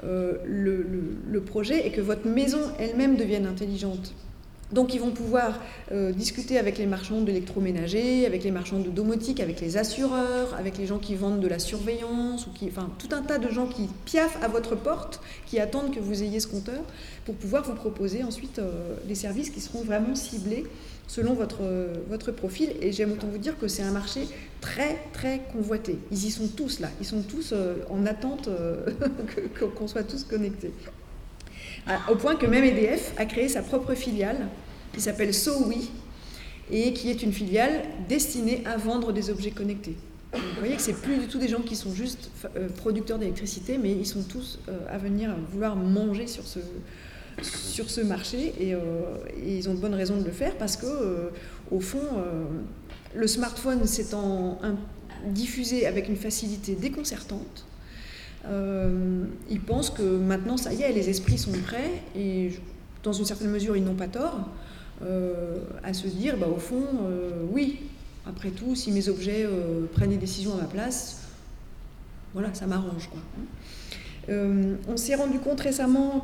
[SPEAKER 2] le projet est que votre maison elle-même devienne intelligente. Donc ils vont pouvoir discuter avec les marchands d'électroménager, avec les marchands de domotique, avec les assureurs, avec les gens qui vendent de la surveillance, enfin tout un tas de gens qui piaffent à votre porte, qui attendent que vous ayez ce compteur, pour pouvoir vous proposer ensuite des services qui seront vraiment ciblés selon votre profil. Et j'aime autant vous dire que c'est un marché très très convoité. Ils y sont tous là, ils sont tous en attente qu'on soit tous connectés. Au point que même EDF a créé sa propre filiale qui s'appelle SOWI et qui est une filiale destinée à vendre des objets connectés. Donc vous voyez que c'est plus du tout des gens qui sont juste producteurs d'électricité, mais ils sont tous à venir vouloir manger sur ce marché et ils ont de bonnes raisons de le faire parce que au fond le smartphone s'étant diffusé avec une facilité déconcertante. Ils pensent que maintenant, ça y est, les esprits sont prêts et dans une certaine mesure, ils n'ont pas tort à se dire, au fond, oui, après tout, si mes objets prennent des décisions à ma place, voilà, ça m'arrange, quoi. On s'est rendu compte récemment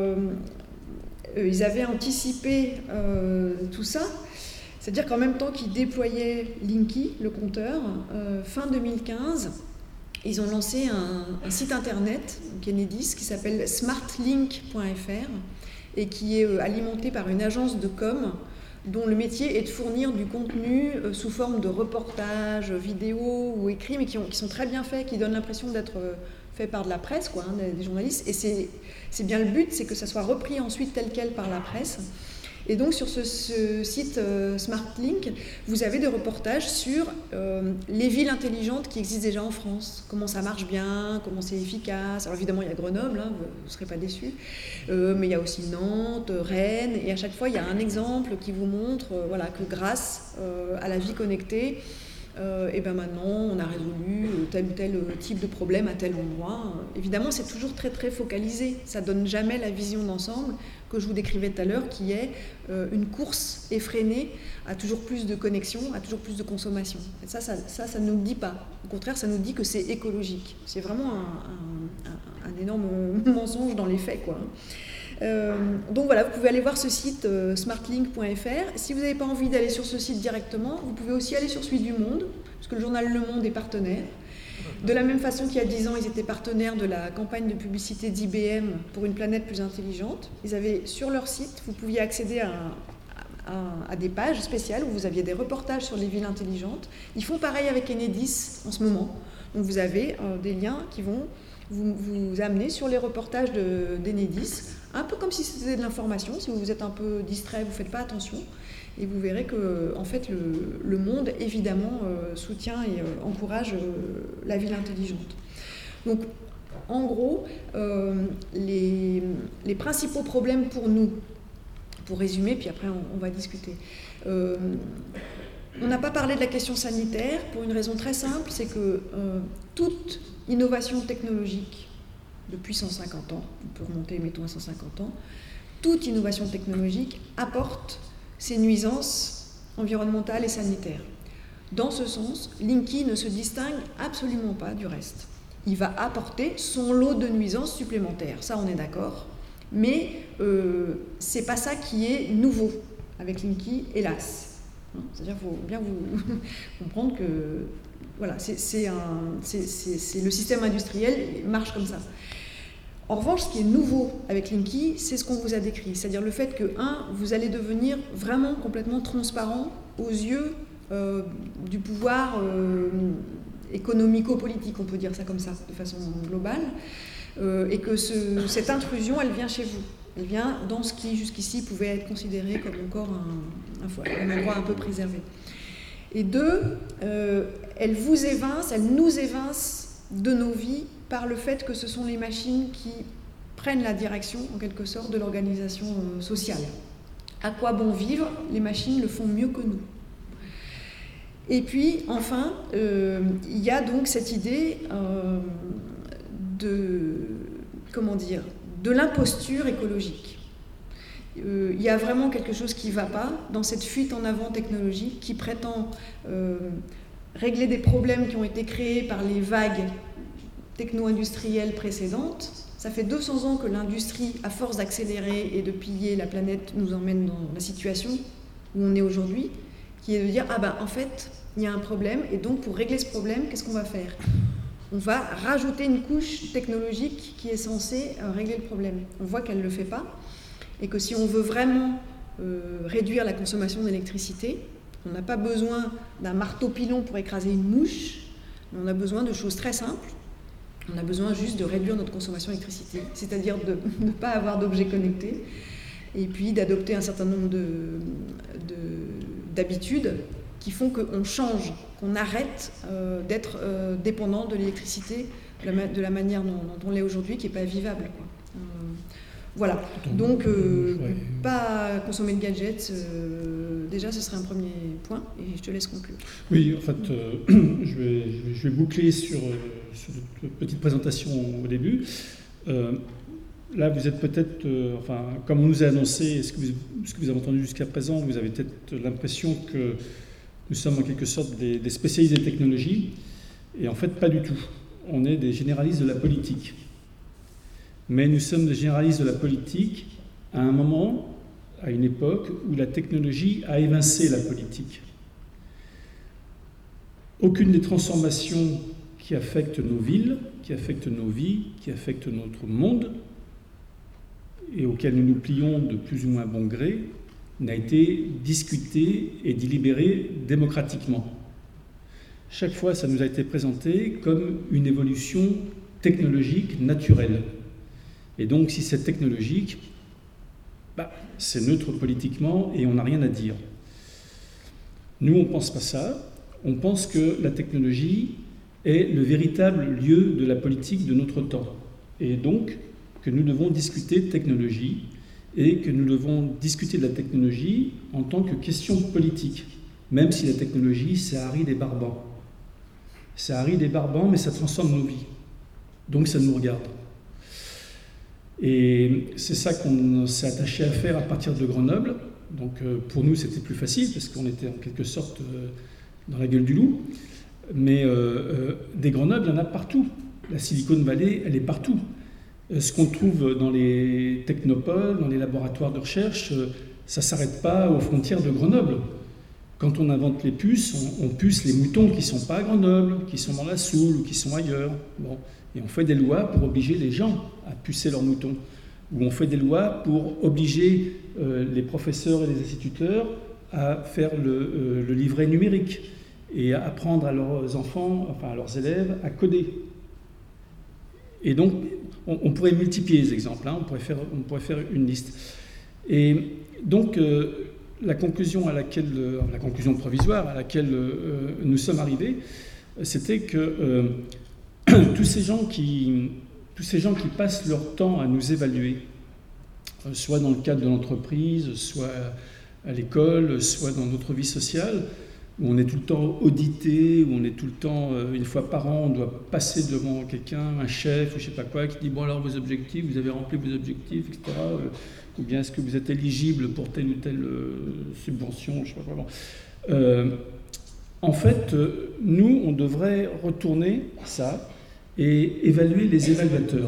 [SPEAKER 2] qu'ils avaient anticipé tout ça, c'est-à-dire qu'en même temps qu'ils déployaient Linky, le compteur, fin 2015, ils ont lancé un site internet, Enedis, qui s'appelle smartlink.fr et qui est alimenté par une agence de com dont le métier est de fournir du contenu sous forme de reportages, vidéos ou écrits, mais qui sont très bien faits, qui donnent l'impression d'être faits par de la presse, des journalistes. Et c'est bien le but, c'est que ça soit repris ensuite tel quel par la presse. Et donc sur ce site SmartLink, vous avez des reportages sur les villes intelligentes qui existent déjà en France. Comment ça marche bien, comment c'est efficace. Alors évidemment, il y a Grenoble, hein, vous ne serez pas déçus. Mais il y a aussi Nantes, Rennes. Et à chaque fois, il y a un exemple qui vous montre que grâce à la vie connectée, et ben maintenant on a résolu tel ou tel type de problème à tel endroit. Évidemment, c'est toujours très très focalisé, ça donne jamais la vision d'ensemble que je vous décrivais tout à l'heure, qui est une course effrénée à toujours plus de connexion, à toujours plus de consommation. Et ça ne nous le dit pas. Au contraire, ça nous dit que c'est écologique. C'est vraiment un énorme mensonge dans les faits, quoi. Donc voilà, vous pouvez aller voir ce site smartlink.fr. Si vous n'avez pas envie d'aller sur ce site directement, vous pouvez aussi aller sur celui du Monde, parce que le journal Le Monde est partenaire. De la même façon qu'il y a 10 ans, ils étaient partenaires de la campagne de publicité d'IBM pour une planète plus intelligente. Ils avaient sur leur site, vous pouviez accéder à des pages spéciales où vous aviez des reportages sur les villes intelligentes. Ils font pareil avec Enedis en ce moment. Donc vous avez des liens qui vont vous amener sur les reportages d'Enedis, un peu comme si c'était de l'information. Si vous êtes un peu distrait, vous ne faites pas attention. Et vous verrez que en fait, le Monde, évidemment, soutient et encourage la ville intelligente. Donc, en gros, les principaux problèmes pour nous, pour résumer, puis après on va discuter. On n'a pas parlé de la question sanitaire pour une raison très simple, c'est que toute innovation technologique, depuis 150 ans, on peut remonter, mettons, à 150 ans, toute innovation technologique apporte ses nuisances environnementales et sanitaires. Dans ce sens, Linky ne se distingue absolument pas du reste. Il va apporter son lot de nuisances supplémentaires, ça on est d'accord, mais c'est pas ça qui est nouveau avec Linky, hélas. C'est-à-dire qu'il faut bien vous comprendre que voilà, c'est le système industriel, il marche comme ça. En revanche, ce qui est nouveau avec Linky, c'est ce qu'on vous a décrit. C'est-à-dire le fait que, vous allez devenir vraiment complètement transparent aux yeux du pouvoir économico-politique, on peut dire ça comme ça, de façon globale, et que cette intrusion, elle vient chez vous. Elle vient dans ce qui, jusqu'ici, pouvait être considéré comme encore un endroit un peu préservé. Et deux, elle nous évince de nos vies par le fait que ce sont les machines qui prennent la direction, en quelque sorte, de l'organisation sociale. À quoi bon vivre? Les machines le font mieux que nous. Et puis, enfin, il y a donc cette idée de l'imposture écologique. Il y a vraiment quelque chose qui ne va pas dans cette fuite en avant technologique qui prétend régler des problèmes qui ont été créés par les vagues techno-industrielles précédentes. Ça fait 200 ans que l'industrie, à force d'accélérer et de piller la planète, nous emmène dans la situation où on est aujourd'hui, qui est de dire, en fait, il y a un problème, et donc pour régler ce problème, qu'est-ce qu'on va faire? On va rajouter une couche technologique qui est censée régler le problème. On voit qu'elle ne le fait pas, et que si on veut vraiment réduire la consommation d'électricité, on n'a pas besoin d'un marteau-pilon pour écraser une mouche, mais on a besoin de choses très simples. On a besoin juste de réduire notre consommation d'électricité, c'est-à-dire de ne pas avoir d'objets connectés, et puis d'adopter un certain nombre d'habitudes qui font qu'on change, qu'on arrête d'être dépendant de l'électricité de la manière dont on l'est aujourd'hui, qui n'est pas vivable, quoi. Voilà, donc pas consommer de gadgets, déjà ce serait un premier point, et je te laisse conclure.
[SPEAKER 1] Oui, en fait, je vais boucler sur cette petite présentation au début. Là, vous êtes peut-être, comme on nous a annoncé, ce que vous avez entendu jusqu'à présent, vous avez peut-être l'impression que nous sommes en quelque sorte des spécialistes des technologies, et en fait, pas du tout. On est des généralistes de la politique. Mais nous sommes des généralistes de la politique à un moment, à une époque, où la technologie a évincé la politique. Aucune des transformations qui affectent nos villes, qui affectent nos vies, qui affectent notre monde, et auxquelles nous nous plions de plus ou moins bon gré, n'a été discutée et délibérée démocratiquement. Chaque fois, ça nous a été présenté comme une évolution technologique naturelle. Et donc, si c'est technologique, c'est neutre politiquement et on n'a rien à dire. Nous, on ne pense pas ça. On pense que la technologie est le véritable lieu de la politique de notre temps. Et donc, que nous devons discuter de technologie et que nous devons discuter de la technologie en tant que question politique, même si la technologie, c'est aride et barbant. C'est aride et barbant, mais ça transforme nos vies. Donc ça nous regarde. Et c'est ça qu'on s'est attaché à faire à partir de Grenoble. Donc pour nous, c'était plus facile, parce qu'on était en quelque sorte dans la gueule du loup. Mais des Grenoble, il y en a partout. La Silicon Valley, elle est partout. Ce qu'on trouve dans les technopoles, dans les laboratoires de recherche, ça ne s'arrête pas aux frontières de Grenoble. Quand on invente les puces, on puce les moutons qui ne sont pas à Grenoble, qui sont dans la Soule ou qui sont ailleurs. Bon. Et on fait des lois pour obliger les gens à pucer leurs moutons. Ou on fait des lois pour obliger les professeurs et les instituteurs à faire le livret numérique et à apprendre à leurs enfants, enfin à leurs élèves, à coder. Et donc, on pourrait multiplier les exemples, hein, on pourrait faire une liste. Et donc, la conclusion provisoire à laquelle nous sommes arrivés, c'était que tous ces gens qui passent leur temps à nous évaluer, soit dans le cadre de l'entreprise, soit à l'école, soit dans notre vie sociale, où on est tout le temps audité, où on est tout le temps, une fois par an, on doit passer devant quelqu'un, un chef ou je ne sais pas quoi, qui dit « Bon alors vos objectifs, vous avez rempli vos objectifs, etc. Ou bien est-ce que vous êtes éligible pour telle ou telle subvention, je ne sais pas vraiment. » En fait, nous, on devrait retourner ça et évaluer les évaluateurs.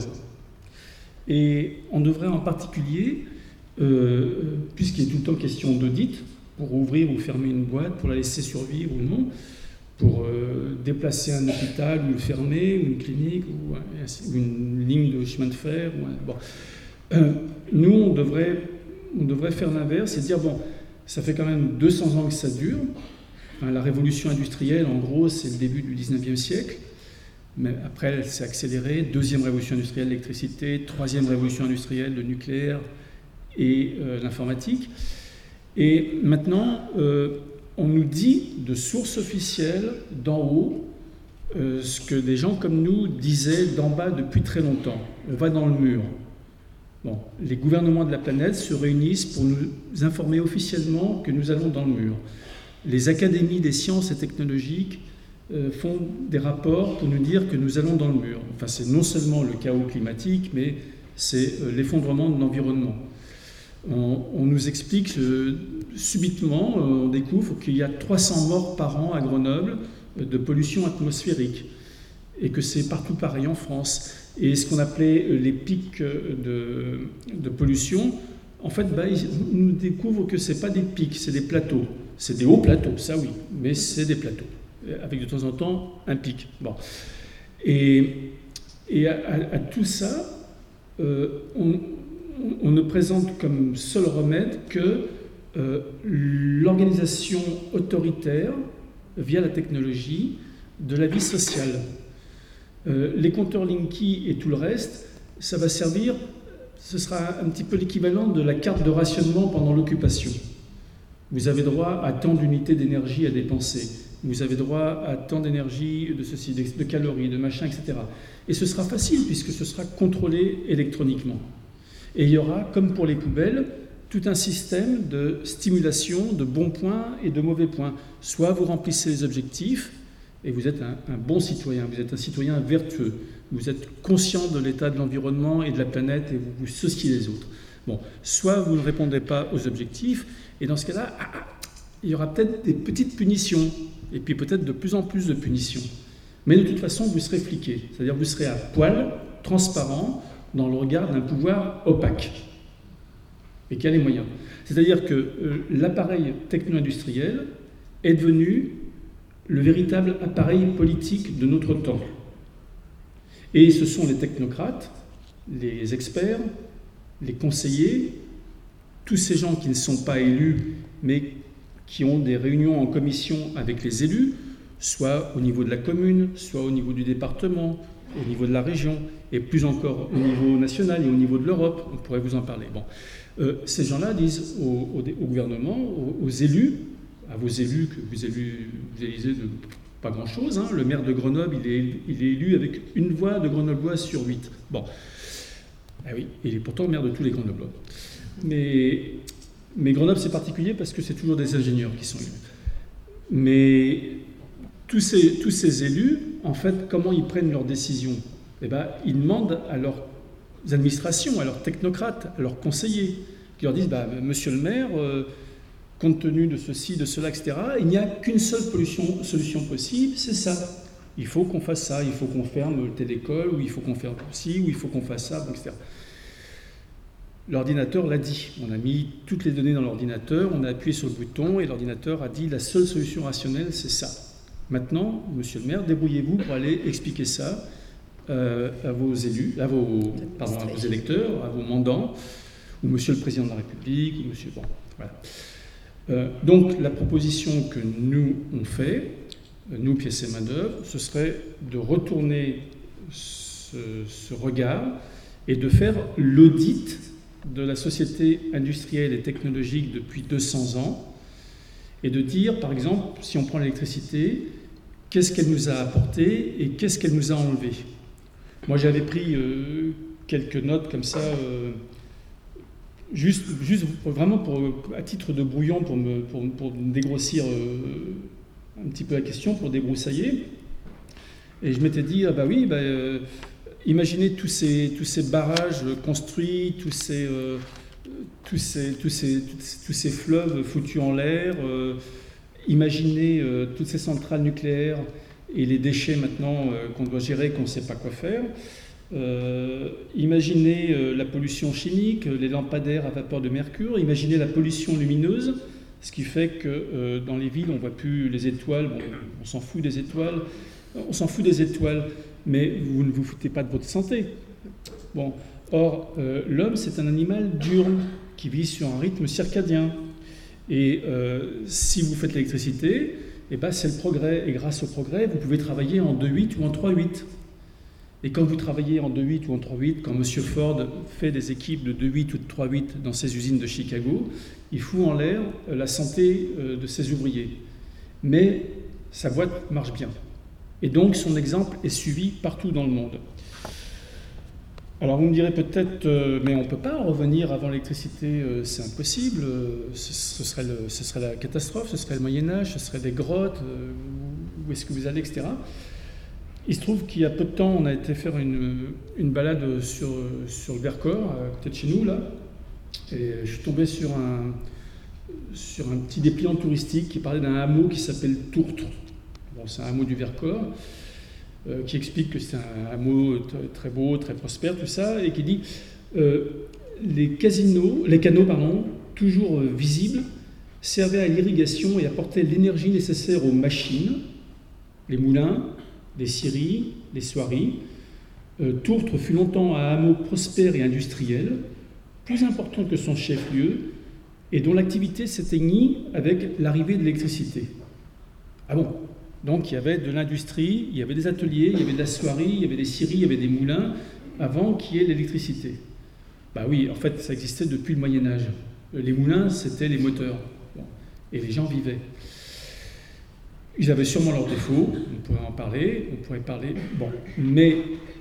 [SPEAKER 1] Et on devrait en particulier, puisqu'il est tout le temps question d'audit, pour ouvrir ou fermer une boîte, pour la laisser survivre ou non, pour déplacer un hôpital ou le fermer, ou une clinique, ou une ligne de chemin de fer. Nous, on devrait faire l'inverse et dire, bon, ça fait quand même 200 ans que ça dure. Enfin, la révolution industrielle, en gros, c'est le début du 19e siècle. Mais après, elle s'est accélérée. Deuxième révolution industrielle, l'électricité. Troisième révolution industrielle, le nucléaire et l'informatique. Et maintenant, on nous dit de sources officielles d'en haut ce que des gens comme nous disaient d'en bas depuis très longtemps. On va dans le mur. Bon, les gouvernements de la planète se réunissent pour nous informer officiellement que nous allons dans le mur. Les académies des sciences et technologiques font des rapports pour nous dire que nous allons dans le mur. Enfin, c'est non seulement le chaos climatique, mais c'est l'effondrement de l'environnement. On nous explique subitement, on découvre qu'il y a 300 morts par an à Grenoble de pollution atmosphérique et que c'est partout pareil en France. Et ce qu'on appelait les pics de pollution, en fait, on nous découvre que ce n'est pas des pics, c'est des plateaux. C'est des hauts plateaux, ça oui, mais c'est des plateaux, avec de temps en temps un pic. Bon. Et à tout ça, on ne présente comme seul remède que l'organisation autoritaire, via la technologie, de la vie sociale. Les compteurs Linky et tout le reste, ça va servir, ce sera un petit peu l'équivalent de la carte de rationnement pendant l'occupation. Vous avez droit à tant d'unités d'énergie à dépenser, vous avez droit à tant d'énergie, de ceci, de calories, de machin, etc. Et ce sera facile puisque ce sera contrôlé électroniquement. Et il y aura, comme pour les poubelles, tout un système de stimulation de bons points et de mauvais points. Soit vous remplissez les objectifs et vous êtes un bon citoyen, vous êtes un citoyen vertueux, vous êtes conscient de l'état de l'environnement et de la planète et vous souciez les autres. Bon, soit vous ne répondez pas aux objectifs et dans ce cas-là, il y aura peut-être des petites punitions et puis peut-être de plus en plus de punitions. Mais de toute façon, vous serez fliqué, c'est-à-dire vous serez à poil, transparent, dans le regard d'un pouvoir opaque et qui a les moyens. C'est-à-dire que l'appareil techno-industriel est devenu le véritable appareil politique de notre temps. Et ce sont les technocrates, les experts, les conseillers, tous ces gens qui ne sont pas élus, mais qui ont des réunions en commission avec les élus, soit au niveau de la commune, soit au niveau du département, au niveau de la région, et plus encore au niveau national et au niveau de l'Europe, on pourrait vous en parler. Bon. Ces gens-là disent au gouvernement, aux élus, à vos élus que vous élisez de pas grand-chose, hein, le maire de Grenoble, il est élu avec une voix de Grenoblois sur 8. Bon, ah oui, il est pourtant maire de tous les Grenoblois. Mais Grenoble, c'est particulier parce que c'est toujours des ingénieurs qui sont élus. Mais tous ces élus, en fait, comment ils prennent leurs décisions? Eh bien, ils demandent à leurs administrations, à leurs technocrates, à leurs conseillers, qui leur disent Monsieur le maire, compte tenu de ceci, de cela, etc., il n'y a qu'une seule solution possible, c'est ça. Il faut qu'on fasse ça, il faut qu'on ferme telle école, ou il faut qu'on fasse ci, ou il faut qu'on fasse ça, etc. L'ordinateur l'a dit. On a mis toutes les données dans l'ordinateur, on a appuyé sur le bouton et l'ordinateur a dit la seule solution rationnelle, c'est ça. Maintenant, monsieur le maire, débrouillez-vous pour aller expliquer ça à vos élus, à vos électeurs, à vos mandants, ou monsieur le président de la République, ou monsieur... Bon, voilà. Donc, la proposition que nous, on fait, nous, Pièces et Main-d'œuvre, ce serait de retourner ce regard et de faire l'audit de la société industrielle et technologique depuis 200 ans et de dire, par exemple, si on prend l'électricité, qu'est-ce qu'elle nous a apporté et qu'est-ce qu'elle nous a enlevé. Moi, j'avais pris quelques notes comme ça, juste vraiment à titre de brouillon pour me dégrossir un petit peu la question, pour débroussailler. Et je m'étais dit, imaginez tous ces barrages construits, tous ces fleuves foutus en l'air, imaginez toutes ces centrales nucléaires et les déchets maintenant qu'on doit gérer, qu'on ne sait pas quoi faire. Imaginez la pollution chimique, les lampadaires à vapeur de mercure, imaginez la pollution lumineuse, ce qui fait que dans les villes on ne voit plus les étoiles, bon, on s'en fout des étoiles, mais vous ne vous foutez pas de votre santé. Bon. Or, l'homme, c'est un animal diurne qui vit sur un rythme circadien. Et si vous faites l'électricité, c'est le progrès. Et grâce au progrès, vous pouvez travailler en 2/8 ou en 3/8. Et quand vous travaillez en 2/8 ou en 3/8, quand M. Ford fait des équipes de 2/8 ou de 3/8 dans ses usines de Chicago, il fout en l'air la santé de ses ouvriers. Mais sa boîte marche bien. Et donc, son exemple est suivi partout dans le monde. Alors, vous me direz peut-être, mais on ne peut pas revenir avant l'électricité, c'est impossible, ce serait la catastrophe, ce serait le Moyen-Âge, ce serait des grottes, où est-ce que vous allez, etc. Il se trouve qu'il y a peu de temps, on a été faire une balade sur le Vercors, peut-être chez nous, là, et je suis tombé sur un petit dépliant touristique qui parlait d'un hameau qui s'appelle Tourtre. Bon, c'est un hameau du Vercors, qui explique que c'est un hameau très beau, très prospère, tout ça, et qui dit les canaux, toujours visibles, servaient à l'irrigation et apportaient l'énergie nécessaire aux machines, les moulins, les scieries, les soieries. Tourtre fut longtemps un hameau prospère et industriel, plus important que son chef-lieu, et dont l'activité s'éteignit avec l'arrivée de l'électricité. Ah bon? Donc il y avait de l'industrie, il y avait des ateliers, il y avait de la soierie, il y avait des scieries, il y avait des moulins, avant qu'il y ait l'électricité. Oui, en fait, ça existait depuis le Moyen-Âge. Les moulins, c'était les moteurs. Bon. Et les gens vivaient. Ils avaient sûrement leurs défauts, on pourrait parler. Bon. Mais,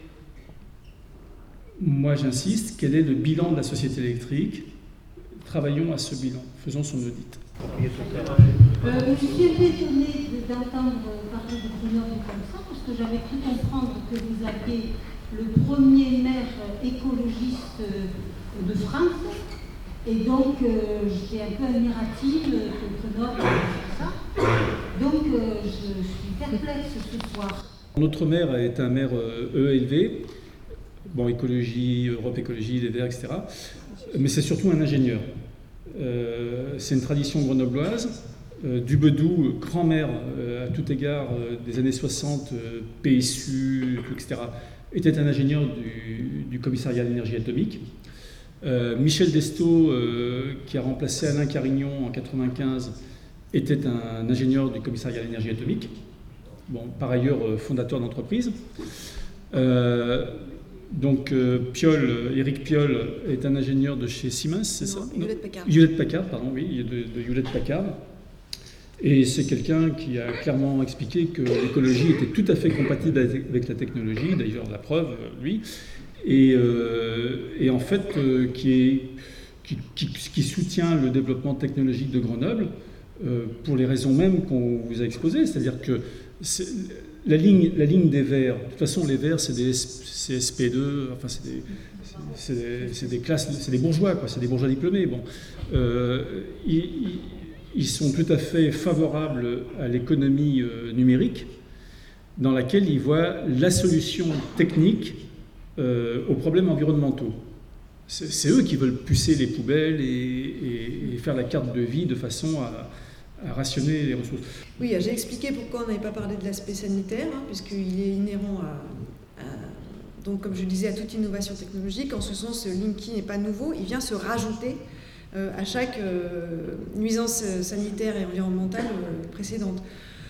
[SPEAKER 1] moi j'insiste, quel est le bilan de la société électrique? Travaillons à ce bilan, faisons son audit.
[SPEAKER 3] Je suis un peu étonnée d'entendre parler de Grenoble comme ça, parce que j'avais cru comprendre que vous aviez le premier maire écologiste de France, et donc j'étais un peu admirative que Grenoble fasse ça. Donc je suis perplexe ce soir.
[SPEAKER 1] Notre maire est un maire EELV, bon, écologie, Europe Écologie, les Verts, etc. Mais c'est surtout un ingénieur. C'est une tradition grenobloise. Dubedou, grand maire à tout égard des années 60, PSU, etc., était un ingénieur du commissariat à l'énergie atomique. Michel Destot, qui a remplacé Alain Carignon en 1995, était un ingénieur du commissariat à l'énergie atomique. Bon, par ailleurs, fondateur d'entreprise. Donc Éric Piolle est un ingénieur de chez Siemens, c'est ça?
[SPEAKER 2] Hewlett-Packard.
[SPEAKER 1] Hewlett-Packard, pardon, oui, de Hewlett-Packard. Et c'est quelqu'un qui a clairement expliqué que l'écologie était tout à fait compatible avec la technologie, d'ailleurs la preuve, lui, et en fait qui soutient le développement technologique de Grenoble pour les raisons mêmes qu'on vous a exposées, c'est-à-dire que la ligne des Verts, de toute façon les Verts c'est SP2, enfin c'est des classes, c'est des bourgeois, quoi, c'est des bourgeois diplômés. Bon, ils sont tout à fait favorables à l'économie numérique, dans laquelle ils voient la solution technique aux problèmes environnementaux. C'est eux qui veulent pucer les poubelles et faire la carte de vie de façon à rationner les ressources.
[SPEAKER 2] Oui, j'ai expliqué pourquoi on n'avait pas parlé de l'aspect sanitaire, puisqu'il est inhérent donc comme je disais, à toute innovation technologique. En ce sens, Linky n'est pas nouveau, il vient se rajouter à chaque nuisance sanitaire et environnementale précédente.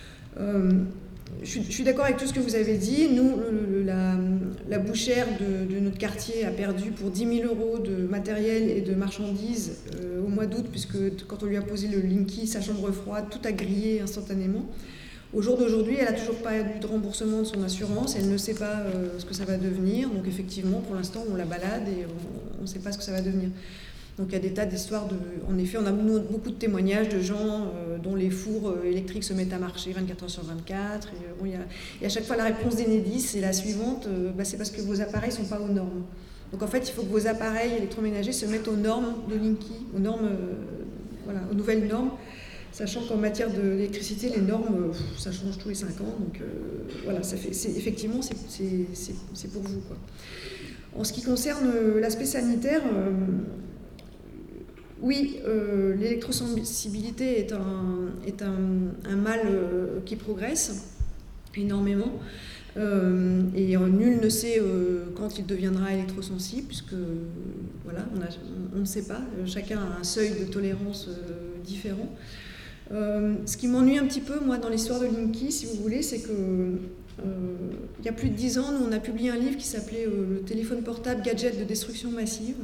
[SPEAKER 2] Je suis d'accord avec tout ce que vous avez dit. Nous, la bouchère de notre quartier a perdu pour 10 000 € de matériel et de marchandises au mois d'août, puisque quand on lui a posé le Linky, sa chambre froide, tout a grillé instantanément. Au jour d'aujourd'hui, elle n'a toujours pas eu de remboursement de son assurance, elle ne sait pas ce que ça va devenir. Donc effectivement, pour l'instant, on la balade et on ne sait pas ce que ça va devenir. Donc il y a des tas d'histoires En effet, on a beaucoup de témoignages de gens dont les fours électriques se mettent à marcher 24 heures sur 24. Et à chaque fois, la réponse d'Enedis, c'est la suivante, c'est parce que vos appareils ne sont pas aux normes. Donc en fait, il faut que vos appareils électroménagers se mettent aux normes de Linky, aux nouvelles normes, sachant qu'en matière d'électricité, les normes, ça change tous les 5 ans. Donc effectivement, c'est pour vous, quoi. En ce qui concerne l'aspect sanitaire, oui, l'électrosensibilité est un mal qui progresse énormément. Et nul ne sait quand il deviendra électrosensible, puisque on ne sait pas. Chacun a un seuil de tolérance différent. Ce qui m'ennuie un petit peu, moi, dans l'histoire de Linky, si vous voulez, c'est que il y a plus de 10 ans, nous, on a publié un livre qui s'appelait Le téléphone portable, gadget de destruction massive,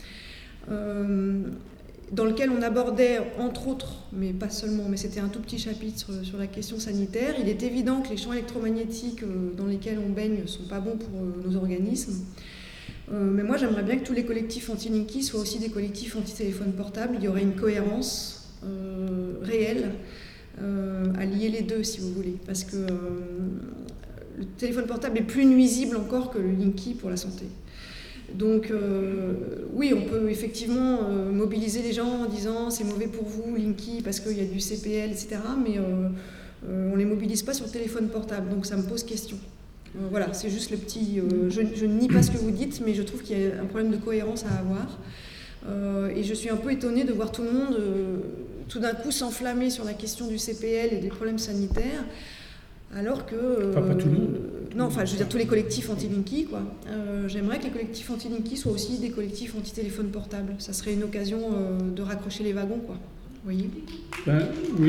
[SPEAKER 2] dans lequel on abordait, entre autres, mais pas seulement, mais c'était un tout petit chapitre sur la question sanitaire. Il est évident que les champs électromagnétiques dans lesquels on baigne ne sont pas bons pour nos organismes. Mais moi, j'aimerais bien que tous les collectifs anti-Linky soient aussi des collectifs anti-téléphone portable. Il y aurait une cohérence réelle à lier les deux, si vous voulez. Parce que le téléphone portable est plus nuisible encore que le Linky pour la santé. Donc oui, on peut effectivement mobiliser les gens en disant c'est mauvais pour vous, Linky, parce qu'il y a du CPL, etc. Mais on ne les mobilise pas sur le téléphone portable, donc ça me pose question. Voilà, c'est juste le petit... je ne nie pas ce que vous dites, mais je trouve qu'il y a un problème de cohérence à avoir. Et je suis un peu étonnée de voir tout le monde tout d'un coup s'enflammer sur la question du CPL et des problèmes sanitaires, alors que...
[SPEAKER 1] Enfin, pas tout le monde.
[SPEAKER 2] Non, enfin, je veux dire tous les collectifs anti-Linky, quoi. J'aimerais que les collectifs anti-Linky soient aussi des collectifs anti-téléphone portable. Ça serait une occasion de raccrocher les wagons, quoi. Vous voyez ?
[SPEAKER 1] Oui,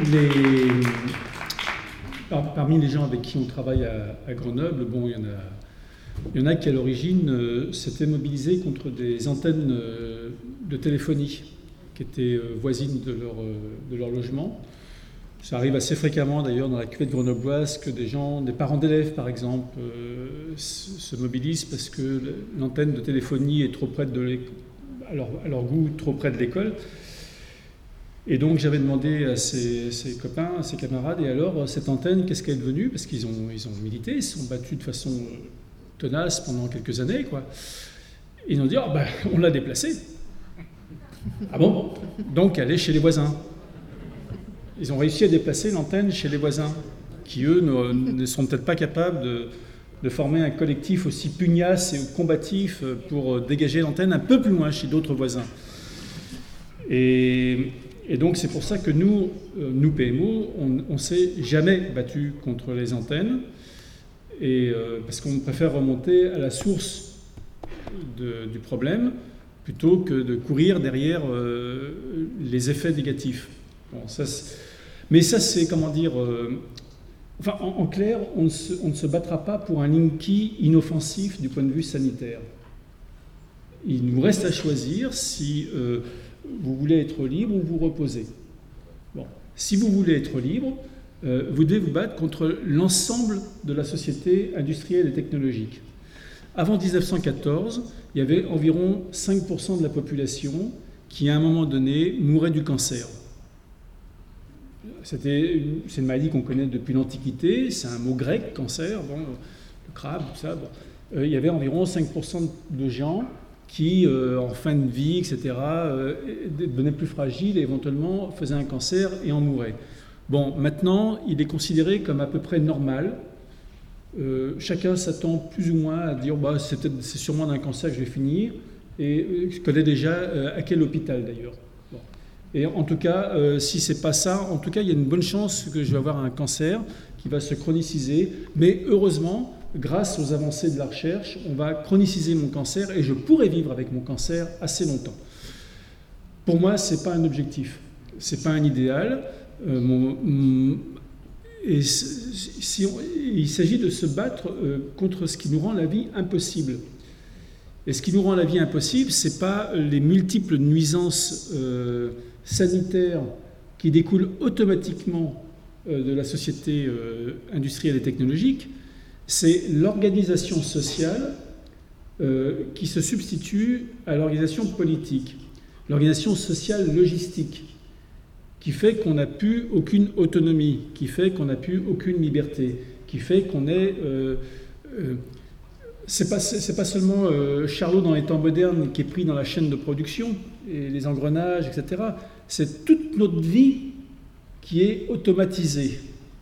[SPEAKER 1] parmi les gens avec qui on travaille à Grenoble, bon, il y en a qui, à l'origine, s'étaient mobilisés contre des antennes de téléphonie qui étaient voisines de leur logement. Ça arrive assez fréquemment, d'ailleurs, dans la cuvette grenobloise, que des parents d'élèves, par exemple, se mobilisent parce que l'antenne de téléphonie est trop près à leur goût, trop près de l'école. Et donc, j'avais demandé à ses copains, à ses camarades, et alors, cette antenne, qu'est-ce qu'elle est devenue ? Parce qu'ils ont milité, ils se sont battus de façon tenace pendant quelques années, quoi. Et ils ont dit, on l'a déplacée. Ah bon ? Donc, elle est chez les voisins. Ils ont réussi à déplacer l'antenne chez les voisins, qui, eux, ne sont peut-être pas capables de former un collectif aussi pugnace et combatif pour dégager l'antenne un peu plus loin chez d'autres voisins. Et donc, c'est pour ça que nous PMO, on ne s'est jamais battu contre les antennes, parce qu'on préfère remonter à la source du problème plutôt que de courir derrière les effets négatifs. Bon, mais ça, c'est, comment dire... Enfin, en clair, on ne se battra pas pour un Linky inoffensif du point de vue sanitaire. Il nous reste à choisir si vous voulez être libre ou vous reposer. Bon. Si vous voulez être libre, vous devez vous battre contre l'ensemble de la société industrielle et technologique. Avant 1914, il y avait environ 5% de la population qui, à un moment donné, mourait du cancer. C'est une maladie qu'on connaît depuis l'Antiquité, c'est un mot grec, cancer, bon, le crabe, tout ça. Bon. Il y avait environ 5% de gens qui, en fin de vie, etc., devenaient plus fragiles et éventuellement faisaient un cancer et en mouraient. Bon, maintenant, il est considéré comme à peu près normal. Chacun s'attend plus ou moins à dire bah, c'est sûrement d'un cancer que je vais finir, et je connais déjà à quel hôpital d'ailleurs. Bon. Et en tout cas, si c'est pas ça, en tout cas, il y a une bonne chance que je vais avoir un cancer qui va se chroniciser, mais heureusement, grâce aux avancées de la recherche, on va chroniciser mon cancer et je pourrai vivre avec mon cancer assez longtemps. Pour moi, c'est pas un objectif, c'est pas un idéal. Il s'agit de se battre contre ce qui nous rend la vie impossible. Et ce qui nous rend la vie impossible, ce n'est pas les multiples nuisances sanitaires qui découlent automatiquement de la société industrielle et technologique, c'est l'organisation sociale qui se substitue à l'organisation politique, l'organisation sociale logistique, qui fait qu'on n'a plus aucune autonomie, qui fait qu'on n'a plus aucune liberté, qui fait qu'on est... c'est pas seulement Charlot dans les temps modernes qui est pris dans la chaîne de production, et les engrenages, etc. C'est toute notre vie qui est automatisée.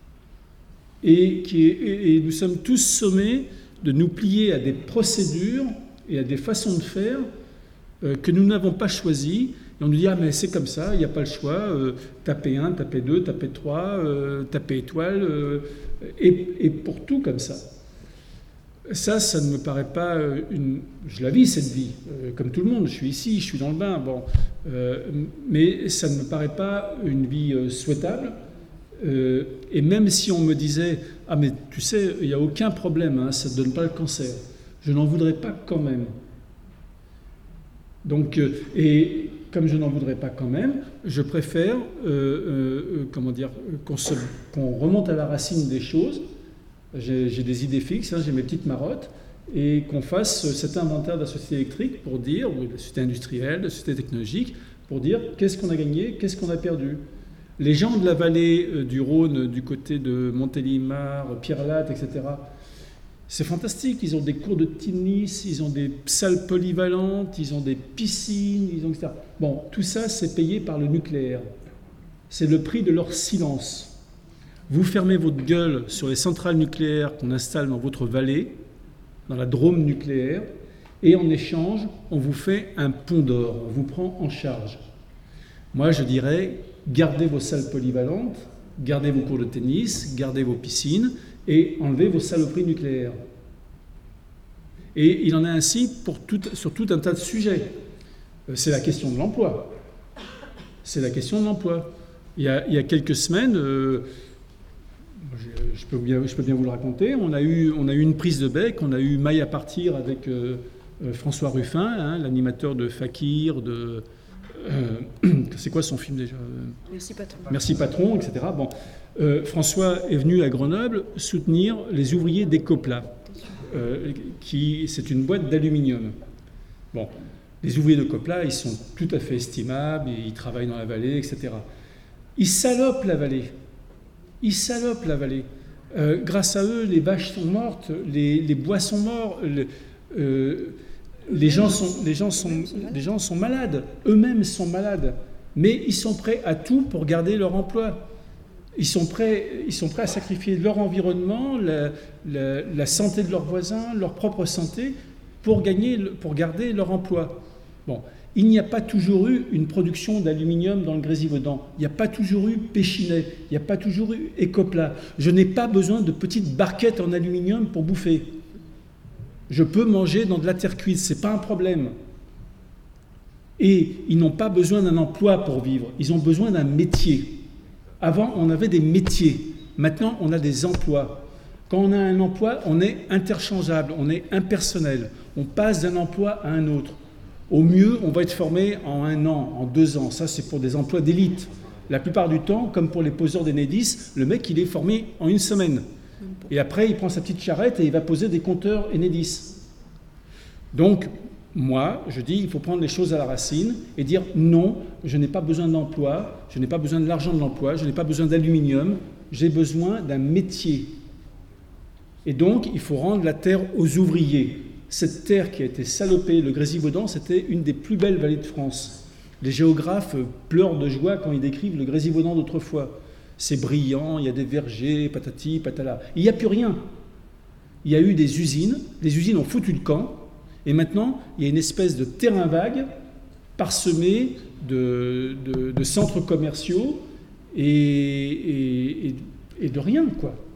[SPEAKER 1] Et nous sommes tous sommés de nous plier à des procédures et à des façons de faire que nous n'avons pas choisies. Et on nous dit, ah mais c'est comme ça, il n'y a pas le choix, tapez 1, tapez 2, tapez 3, tapez étoile, et pour tout comme ça. Ça ne me paraît pas une... Je la vis, cette vie, comme tout le monde, je suis ici, je suis dans le bain, bon. Mais ça ne me paraît pas une vie souhaitable. Et même si on me disait, ah mais tu sais, il n'y a aucun problème, hein, ça ne donne pas le cancer, je n'en voudrais pas quand même. Donc, et comme je n'en voudrais pas quand même, je préfère qu'on remonte à la racine des choses. J'ai des idées fixes, hein, j'ai mes petites marottes, et qu'on fasse cet inventaire de la société électrique pour dire, ou de la société industrielle, de la société technologique, pour dire qu'est-ce qu'on a gagné, qu'est-ce qu'on a perdu. Les gens de la vallée du Rhône, du côté de Montélimar, Pierre-Latte, etc., c'est fantastique. Ils ont des cours de tennis, ils ont des salles polyvalentes, ils ont des piscines, etc. Bon, tout ça, c'est payé par le nucléaire. C'est le prix de leur silence. Vous fermez votre gueule sur les centrales nucléaires qu'on installe dans votre vallée, dans la Drôme nucléaire, et en échange, on vous fait un pont d'or, on vous prend en charge. Moi, je dirais, gardez vos salles polyvalentes, gardez vos cours de tennis, gardez vos piscines, et enlevez vos saloperies nucléaires. Et il en est ainsi sur tout un tas de sujets. C'est la question de l'emploi. C'est la question de l'emploi. Il y a quelques semaines, je peux bien vous le raconter, on a eu une prise de bec, on a eu maille à partir avec François Ruffin, hein, l'animateur de Fakir, c'est quoi son film déjà ?
[SPEAKER 2] Merci Patron.
[SPEAKER 1] Merci Patron, etc. Bon, François est venu à Grenoble soutenir les ouvriers d'Ecopla, c'est une boîte d'aluminium. Bon, les ouvriers d'Ecopla, ils sont tout à fait estimables, ils travaillent dans la vallée, etc. Ils salopent la vallée. Grâce à eux, les vaches sont mortes, les bois sont morts, les gens sont malades, eux-mêmes sont malades, mais ils sont prêts à tout pour garder leur emploi. Ils sont prêts à sacrifier leur environnement, la santé de leurs voisins, leur propre santé, pour garder leur emploi. Bon, il n'y a pas toujours eu une production d'aluminium dans le Grésivaudan. Il n'y a pas toujours eu Péchinet. Il n'y a pas toujours eu Ecopla. Je n'ai pas besoin de petites barquettes en aluminium pour bouffer. Je peux manger dans de la terre cuite, ce n'est pas un problème. Et ils n'ont pas besoin d'un emploi pour vivre, ils ont besoin d'un métier. Avant, on avait des métiers. Maintenant, on a des emplois. Quand on a un emploi, on est interchangeable, on est impersonnel. On passe d'un emploi à un autre. Au mieux, on va être formé en 1 an, en 2 ans. Ça, c'est pour des emplois d'élite. La plupart du temps, comme pour les poseurs d'Enedis, le mec, il est formé en 1 semaine. Et après, il prend sa petite charrette et il va poser des compteurs Enedis. Donc, moi, je dis, il faut prendre les choses à la racine et dire non, je n'ai pas besoin d'emploi, je n'ai pas besoin de l'argent de l'emploi, je n'ai pas besoin d'aluminium, j'ai besoin d'un métier. Et donc, il faut rendre la terre aux ouvriers. Cette terre qui a été salopée, le Grésivaudan, c'était une des plus belles vallées de France. Les géographes pleurent de joie quand ils décrivent le Grésivaudan d'autrefois. C'est brillant, il y a des vergers, patati, patala. Il n'y a plus rien. Il y a eu des usines ont foutu le camp, et maintenant, il y a une espèce de terrain vague parsemé de centres commerciaux et de rien, quoi.